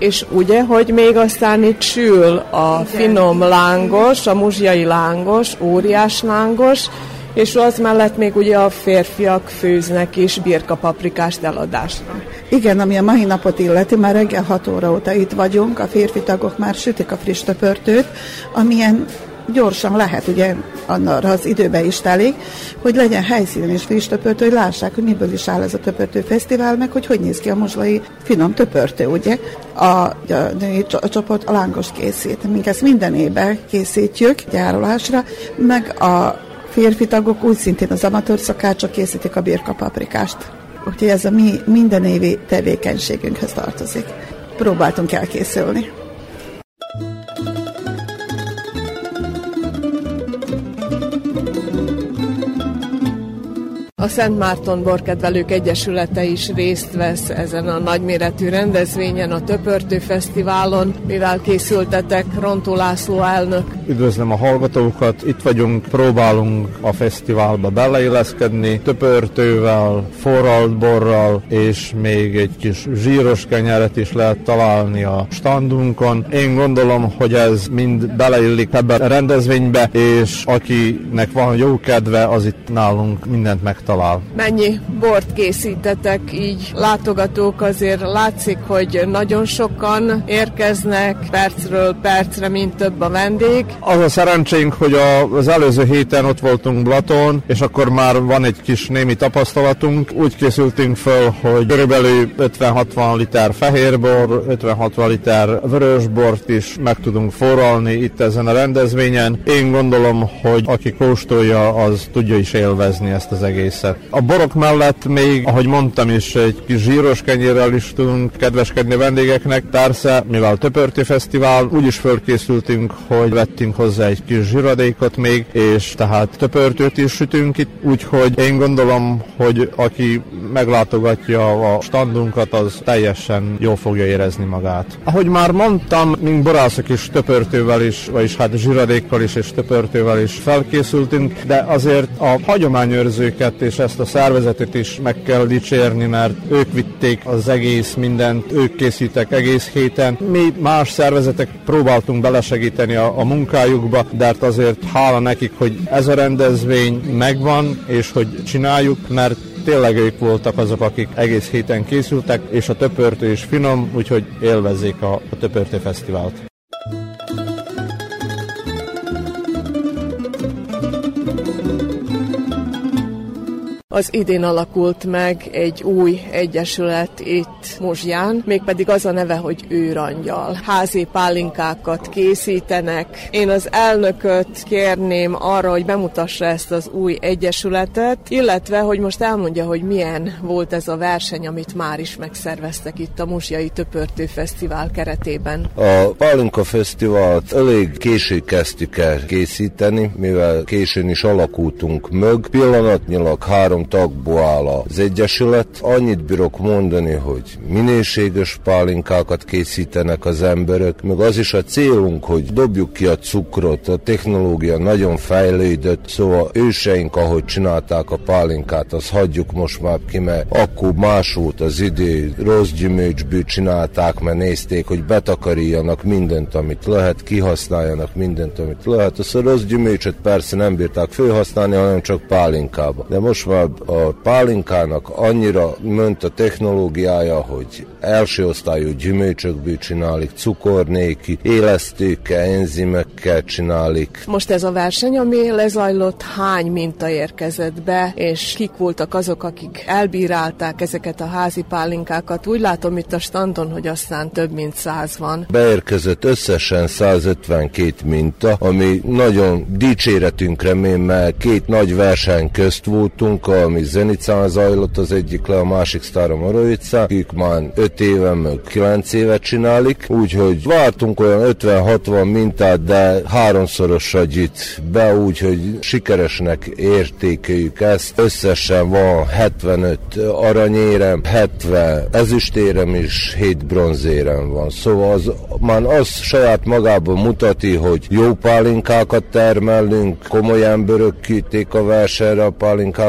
És ugye, hogy még aztán itt sül a finom lángos, a muzsjai lángos, óriás lángos, és az mellett még ugye a férfiak főznek is birkapaprikást eladásra. Igen, ami a mai napot illeti, már reggel 6 óra óta itt vagyunk, a férfi tagok már sütik a friss töpörtőt, amilyen gyorsan lehet, ugye arra az időbe is telik, hogy legyen helyszínen is friss töpörtő, hogy lássák, hogy miből is áll ez a töpörtő fesztivál, meg hogy néz ki a mozslai finom töpörtő, ugye? A női csoport a lángost készít. Mink ezt minden évben készítjük gyárolásra, meg a férfi tagok úgy szintén az amatőr szakácsok készítik a birkapaprikást. Úgyhogy ez a mi minden évi tevékenységünkhöz tartozik. Próbáltunk elkészülni. A Szent Márton Borkedvelők Egyesülete is részt vesz ezen a nagyméretű rendezvényen, a Töpörtő Fesztiválon, mivel készültetek, Rontó László elnök. Üdvözlöm a hallgatókat, itt vagyunk, próbálunk a fesztiválba beleilleszkedni, töpörtővel, forralt borral, és még egy kis zsíros kenyeret is lehet találni a standunkon. Én gondolom, hogy ez mind beleillik ebbe a rendezvénybe, és akinek van jó kedve, az itt nálunk mindent megtalál. Mennyi bort készítetek, így látogatók, azért látszik, hogy nagyon sokan érkeznek, percről percre, mint több a vendég. Az a szerencsénk, hogy az előző héten ott voltunk Blaton, és akkor már van egy kis némi tapasztalatunk. Úgy készültünk föl, hogy körülbelül 50-60 liter fehérbor, 50-60 liter vörösbort is meg tudunk forralni itt ezen a rendezvényen. Én gondolom, hogy aki kóstolja, az tudja is élvezni ezt az egészet. A borok mellett még, ahogy mondtam is, egy kis zsíros kenyérrel is tudunk kedveskedni vendégeknek. Persze, mivel Töpörtő Fesztivál, úgy is fölkészültünk, hogy vettünk hozzá egy kis zsíradékot még, és tehát töpörtőt is sütünk itt, úgyhogy én gondolom, hogy aki meglátogatja a standunkat, az teljesen jól fogja érezni magát. Ahogy már mondtam, mink borászok is töpörtővel is, vagyis hát zsíradékkal is és töpörtővel is felkészültünk, de azért a hagyományőrzőket és ezt a szervezetet is meg kell dicsérni, mert ők vitték az egész mindent, ők készítek egész héten. Mi más szervezetek próbáltunk belesegíteni a munkájukba, de hát azért hála nekik, hogy ez a rendezvény megvan, és hogy csináljuk, mert tényleg ők voltak azok, akik egész héten készültek, és a töpörtő is finom, úgyhogy élvezzék a Töpörtő Fesztivált. Az idén alakult meg egy új egyesület itt Muzsján, mégpedig az a neve, hogy Őrangyal. Házi pálinkákat készítenek. Én az elnököt kérném arra, hogy bemutassa ezt az új egyesületet, illetve, hogy most elmondja, hogy milyen volt ez a verseny, amit már is megszerveztek itt a Muzsjai Töpörtő Fesztivál keretében. A Pálinka Fesztivált elég későn kezdtük el készíteni, mivel későn is alakultunk mög. Pillanatnyilag 3 tagból áll az egyesület. Annyit bírok mondani, hogy minőséges pálinkákat készítenek az emberek, meg az is a célunk, hogy dobjuk ki a cukrot. A technológia nagyon fejlődött, szóval őseink, ahogy csinálták a pálinkát, azt hagyjuk most már ki, mert akkor más volt az idő, rossz gyümölcsből csinálták, mert nézték, hogy betakarítjanak mindent, amit lehet, kihasználjanak mindent, amit lehet. Azt a rossz gyümölcsöt persze nem bírták felhasználni, hanem csak pálinkába. De most már a pálinkának annyira ment a technológiája, hogy első osztályú gyümölcsökből csinálik, cukor nélkül, élesztőkkel, enzimekkel csinálik. Most ez a verseny, ami lezajlott, hány minta érkezett be, és kik voltak azok, akik elbírálták ezeket a házi pálinkákat? Úgy látom itt a standon, hogy aztán több mint 100 van. Beérkezett összesen 152 minta, ami nagyon dicséretünkre mély, mert 2 nagy verseny közt voltunk, ami Zenicán zajlott, az egyik le, a másik Sztára Morovica, ők már 5 éve, meg 9 évet csinálik, úgyhogy vártunk olyan 50-60 mintát, de 3-szorosra gyűjt be, úgyhogy sikeresnek értékeljük ezt. Összesen van 75 aranyérem, 70 ezüstérem és 7 bronzérem van. Szóval az saját magában mutati, hogy jó pálinkákat termelünk, komoly emberök küldték a versenyre a pálinkákat még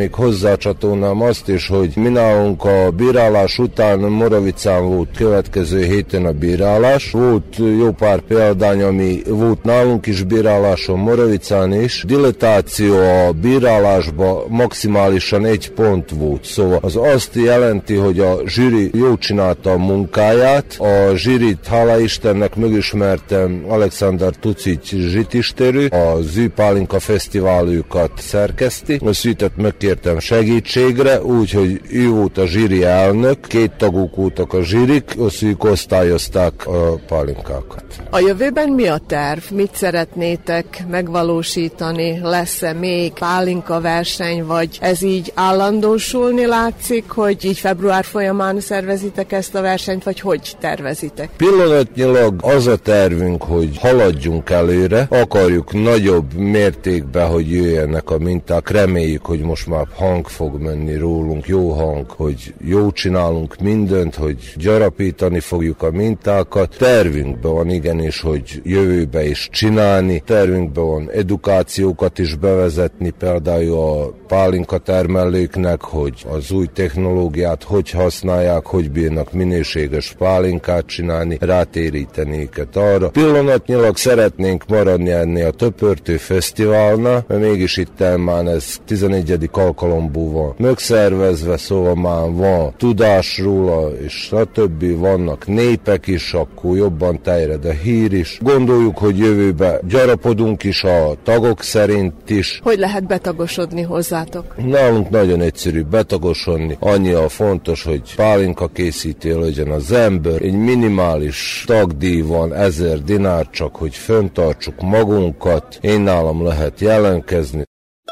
még hozzácsatolnám azt is, hogy mi nálunk a bírálás után Moravicán volt következő héten a bírálás. Volt jó pár példány, ami volt nálunk is bíráláson, Moravicán is. Dilettáció a bírálásban maximálisan 1 pont volt. Szóval az azt jelenti, hogy a zsűri jól csinálta a munkáját. A zsűrit, hála Istennek, megismertem Alexander Tucic zsitistérő, az ő Pálinka fesztiváljukat szerkeszti. A szűtet megkértem segítségre, úgyhogy ő volt a zsűri elnök, 2 taguk voltak a zsűrik, ők osztályozták a pálinkákat. A jövőben mi a terv? Mit szeretnétek megvalósítani? Lesz-e még pálinka verseny, vagy ez így állandósulni látszik, hogy így február folyamán szervezitek ezt a versenyt, vagy hogy tervezitek? Pillanatnyilag az a tervünk, hogy haladjunk előre, akarjuk nagyobb mértékben, hogy jöjjenek a minták, reméljük, hogy most már hang fog menni rólunk, jó hang, hogy jó csinálunk mindent, hogy gyarapítani fogjuk a mintákat. Tervünkben van igenis, hogy jövőbe is csinálni, tervünkben van edukációkat is bevezetni, például a pálinka termelőknek, hogy az új technológiát hogy használják, hogy bírnak minőséges pálinkát csinálni, rátéríteni őket arra. Pillanatnyilag szeretnénk maradni ennél a Töpörtő Fesztiválnál, mert mégis itt már ez 11. alkalomból van megszervezve, szóval már van tudás róla, és stb. Vannak népek is, akkor jobban terjed a hír is. Gondoljuk, hogy jövőben gyarapodunk is a tagok szerint is. Hogy lehet betagosodni hozzátok? Nálunk nagyon egyszerű betagosodni. Annyi a fontos, hogy pálinka készítő legyen az ember. Egy minimális tagdíj van, 1000 dinár, csak hogy fenntartsuk magunkat. Én nálam lehet jelentkezni.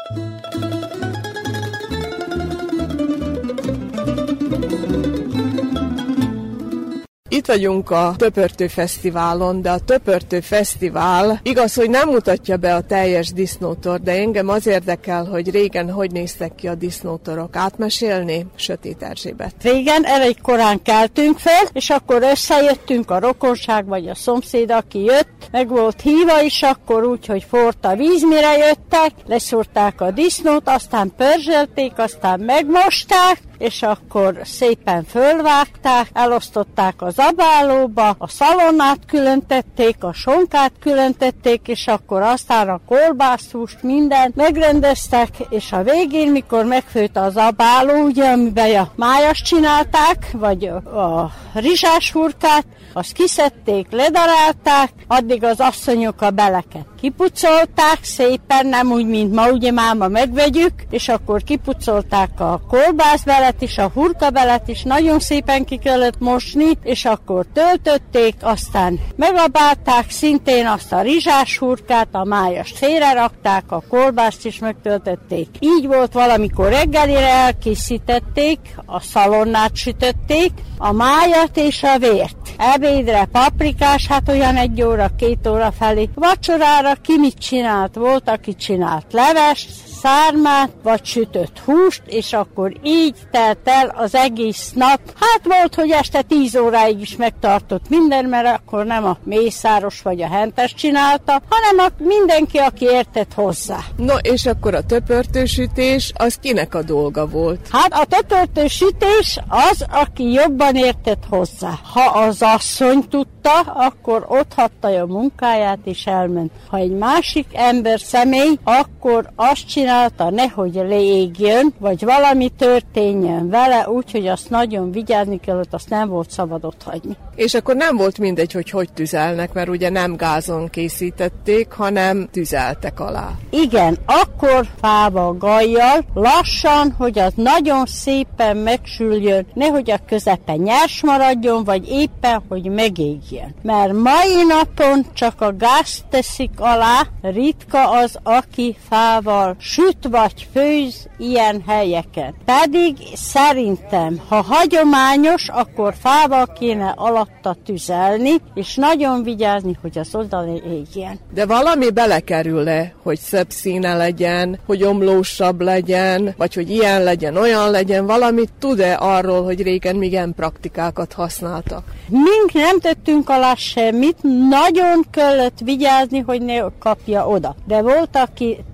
Itt vagyunk a Töpörtő Fesztiválon, de a Töpörtő Fesztivál igaz, hogy nem mutatja be a teljes disznótor, de engem az érdekel, hogy régen hogy néztek ki a disznótorok. Átmesélni? Sötét Erzsébet. Régen elég korán keltünk fel, és akkor összejöttünk a rokonság vagy a szomszéd, aki jött, meg volt híva is akkor úgy, hogy forrt a víz, mire jöttek, leszúrták a disznót, aztán pörzselték, aztán megmosták, és akkor szépen fölvágták, elosztották az zabálóba, a szalonnát különtették, a sonkát különtették, és akkor aztán a kolbászhúst, mindent megrendeztek, és a végén, mikor megfőtt a zabáló, ugye, amiben a májast csinálták, vagy a rizsás hurkát, azt kiszedték, ledarálták, addig az asszonyok a beleket kipucolták szépen, nem úgy, mint ma, ugye máma megvegyük, és akkor kipucolták a kolbászbelet is, a hurkabelet is, nagyon szépen ki kellett mosni, és akkor töltötték, aztán megabálták szintén azt a rizsás hurkát, a májast félrerakták, a kolbászt is megtöltötték. Így volt valamikor reggelire elkészítették, a szalonnát sütötték, a májat és a vért. Ebédre paprikás, hát olyan 1 óra, 2 óra felé. Vacsorára ki mit csinált? Volt, aki csinált levest, szármát, vagy sütött húst, és akkor így telt el az egész nap. Hát volt, hogy este 10 óráig is megtartott minden, mert akkor nem a mészáros vagy a hentes csinálta, hanem mindenki, aki értett hozzá. No, és akkor a töpörtősütés, az kinek a dolga volt? Hát a töpörtősütés az, aki jobban értett hozzá. Ha az asszony tudta, akkor otthatta a munkáját, és elment. Ha egy másik ember személy, akkor azt csinálta, nehogy légjön, vagy valami történjen vele, úgyhogy azt nagyon vigyázni kellett, azt nem volt szabad otthagyni. És akkor nem volt mindegy, hogy tüzelnek, mert ugye nem gázon készítették, hanem tüzeltek alá. Igen, akkor fával, gajjal, lassan, hogy az nagyon szépen megsüljön, nehogy a közepe nyers maradjon, vagy éppen, hogy megégjen. Mert mai napon csak a gázt teszik alá, ritka az, aki fával süt vagy főz ilyen helyeken. Pedig szerintem, ha hagyományos, akkor fával kéne alatta tüzelni, és nagyon vigyázni, hogy az oda égjen. De valami belekerül-e, hogy szebb színe legyen, hogy omlósabb legyen, vagy hogy ilyen legyen, olyan legyen, valamit tud-e arról, hogy régen milyen praktikákat használtak? Mink nem tettünk alá semmit, nagyon kellett vigyázni, hogy ne kapja oda. De volt, aki tette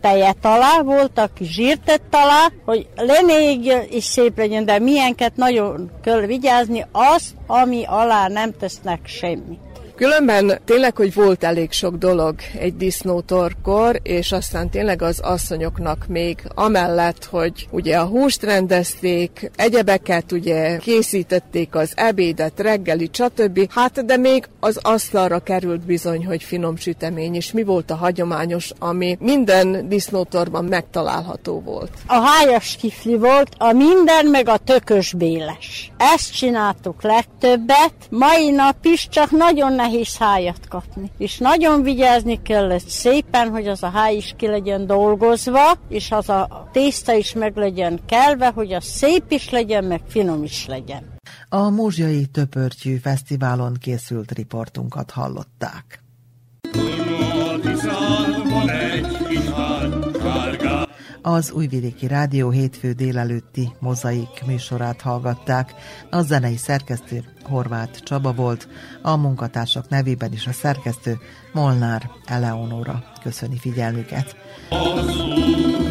tejet alá, volt, aki zsírt tett alá, hogy lenégy és szép legyen, de milyenket nagyon kell vigyázni, az, ami alá nem tesznek semmit. Különben tényleg, hogy volt elég sok dolog egy disznótorkor, és aztán tényleg az asszonyoknak még amellett, hogy ugye a húst rendezték, egyebeket ugye készítették, az ebédet, reggeli, stb. Hát de még az asztalra került bizony, hogy finom sütemény, és mi volt a hagyományos, ami minden disznótorban megtalálható volt. A hájas kifli volt, a minden meg a tökösbéles. Ezt csináltuk legtöbbet, mai nap is csak nagyon nehéz hájat kapni. És nagyon vigyázni kellett szépen, hogy az a háj is ki legyen dolgozva, és az a tészta is meg legyen kelve, hogy az szép is legyen, meg finom is legyen. A Múzsai Töpörtyű Fesztiválon készült riportunkat hallották. Az Újvidéki Rádió hétfő délelőtti Mozaik műsorát hallgatták. A zenei szerkesztő Horváth Csaba volt, a munkatársak nevében is a szerkesztő Molnár Eleonóra köszöni figyelmüket.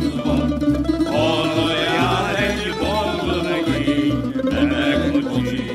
Hallja egy bal legény,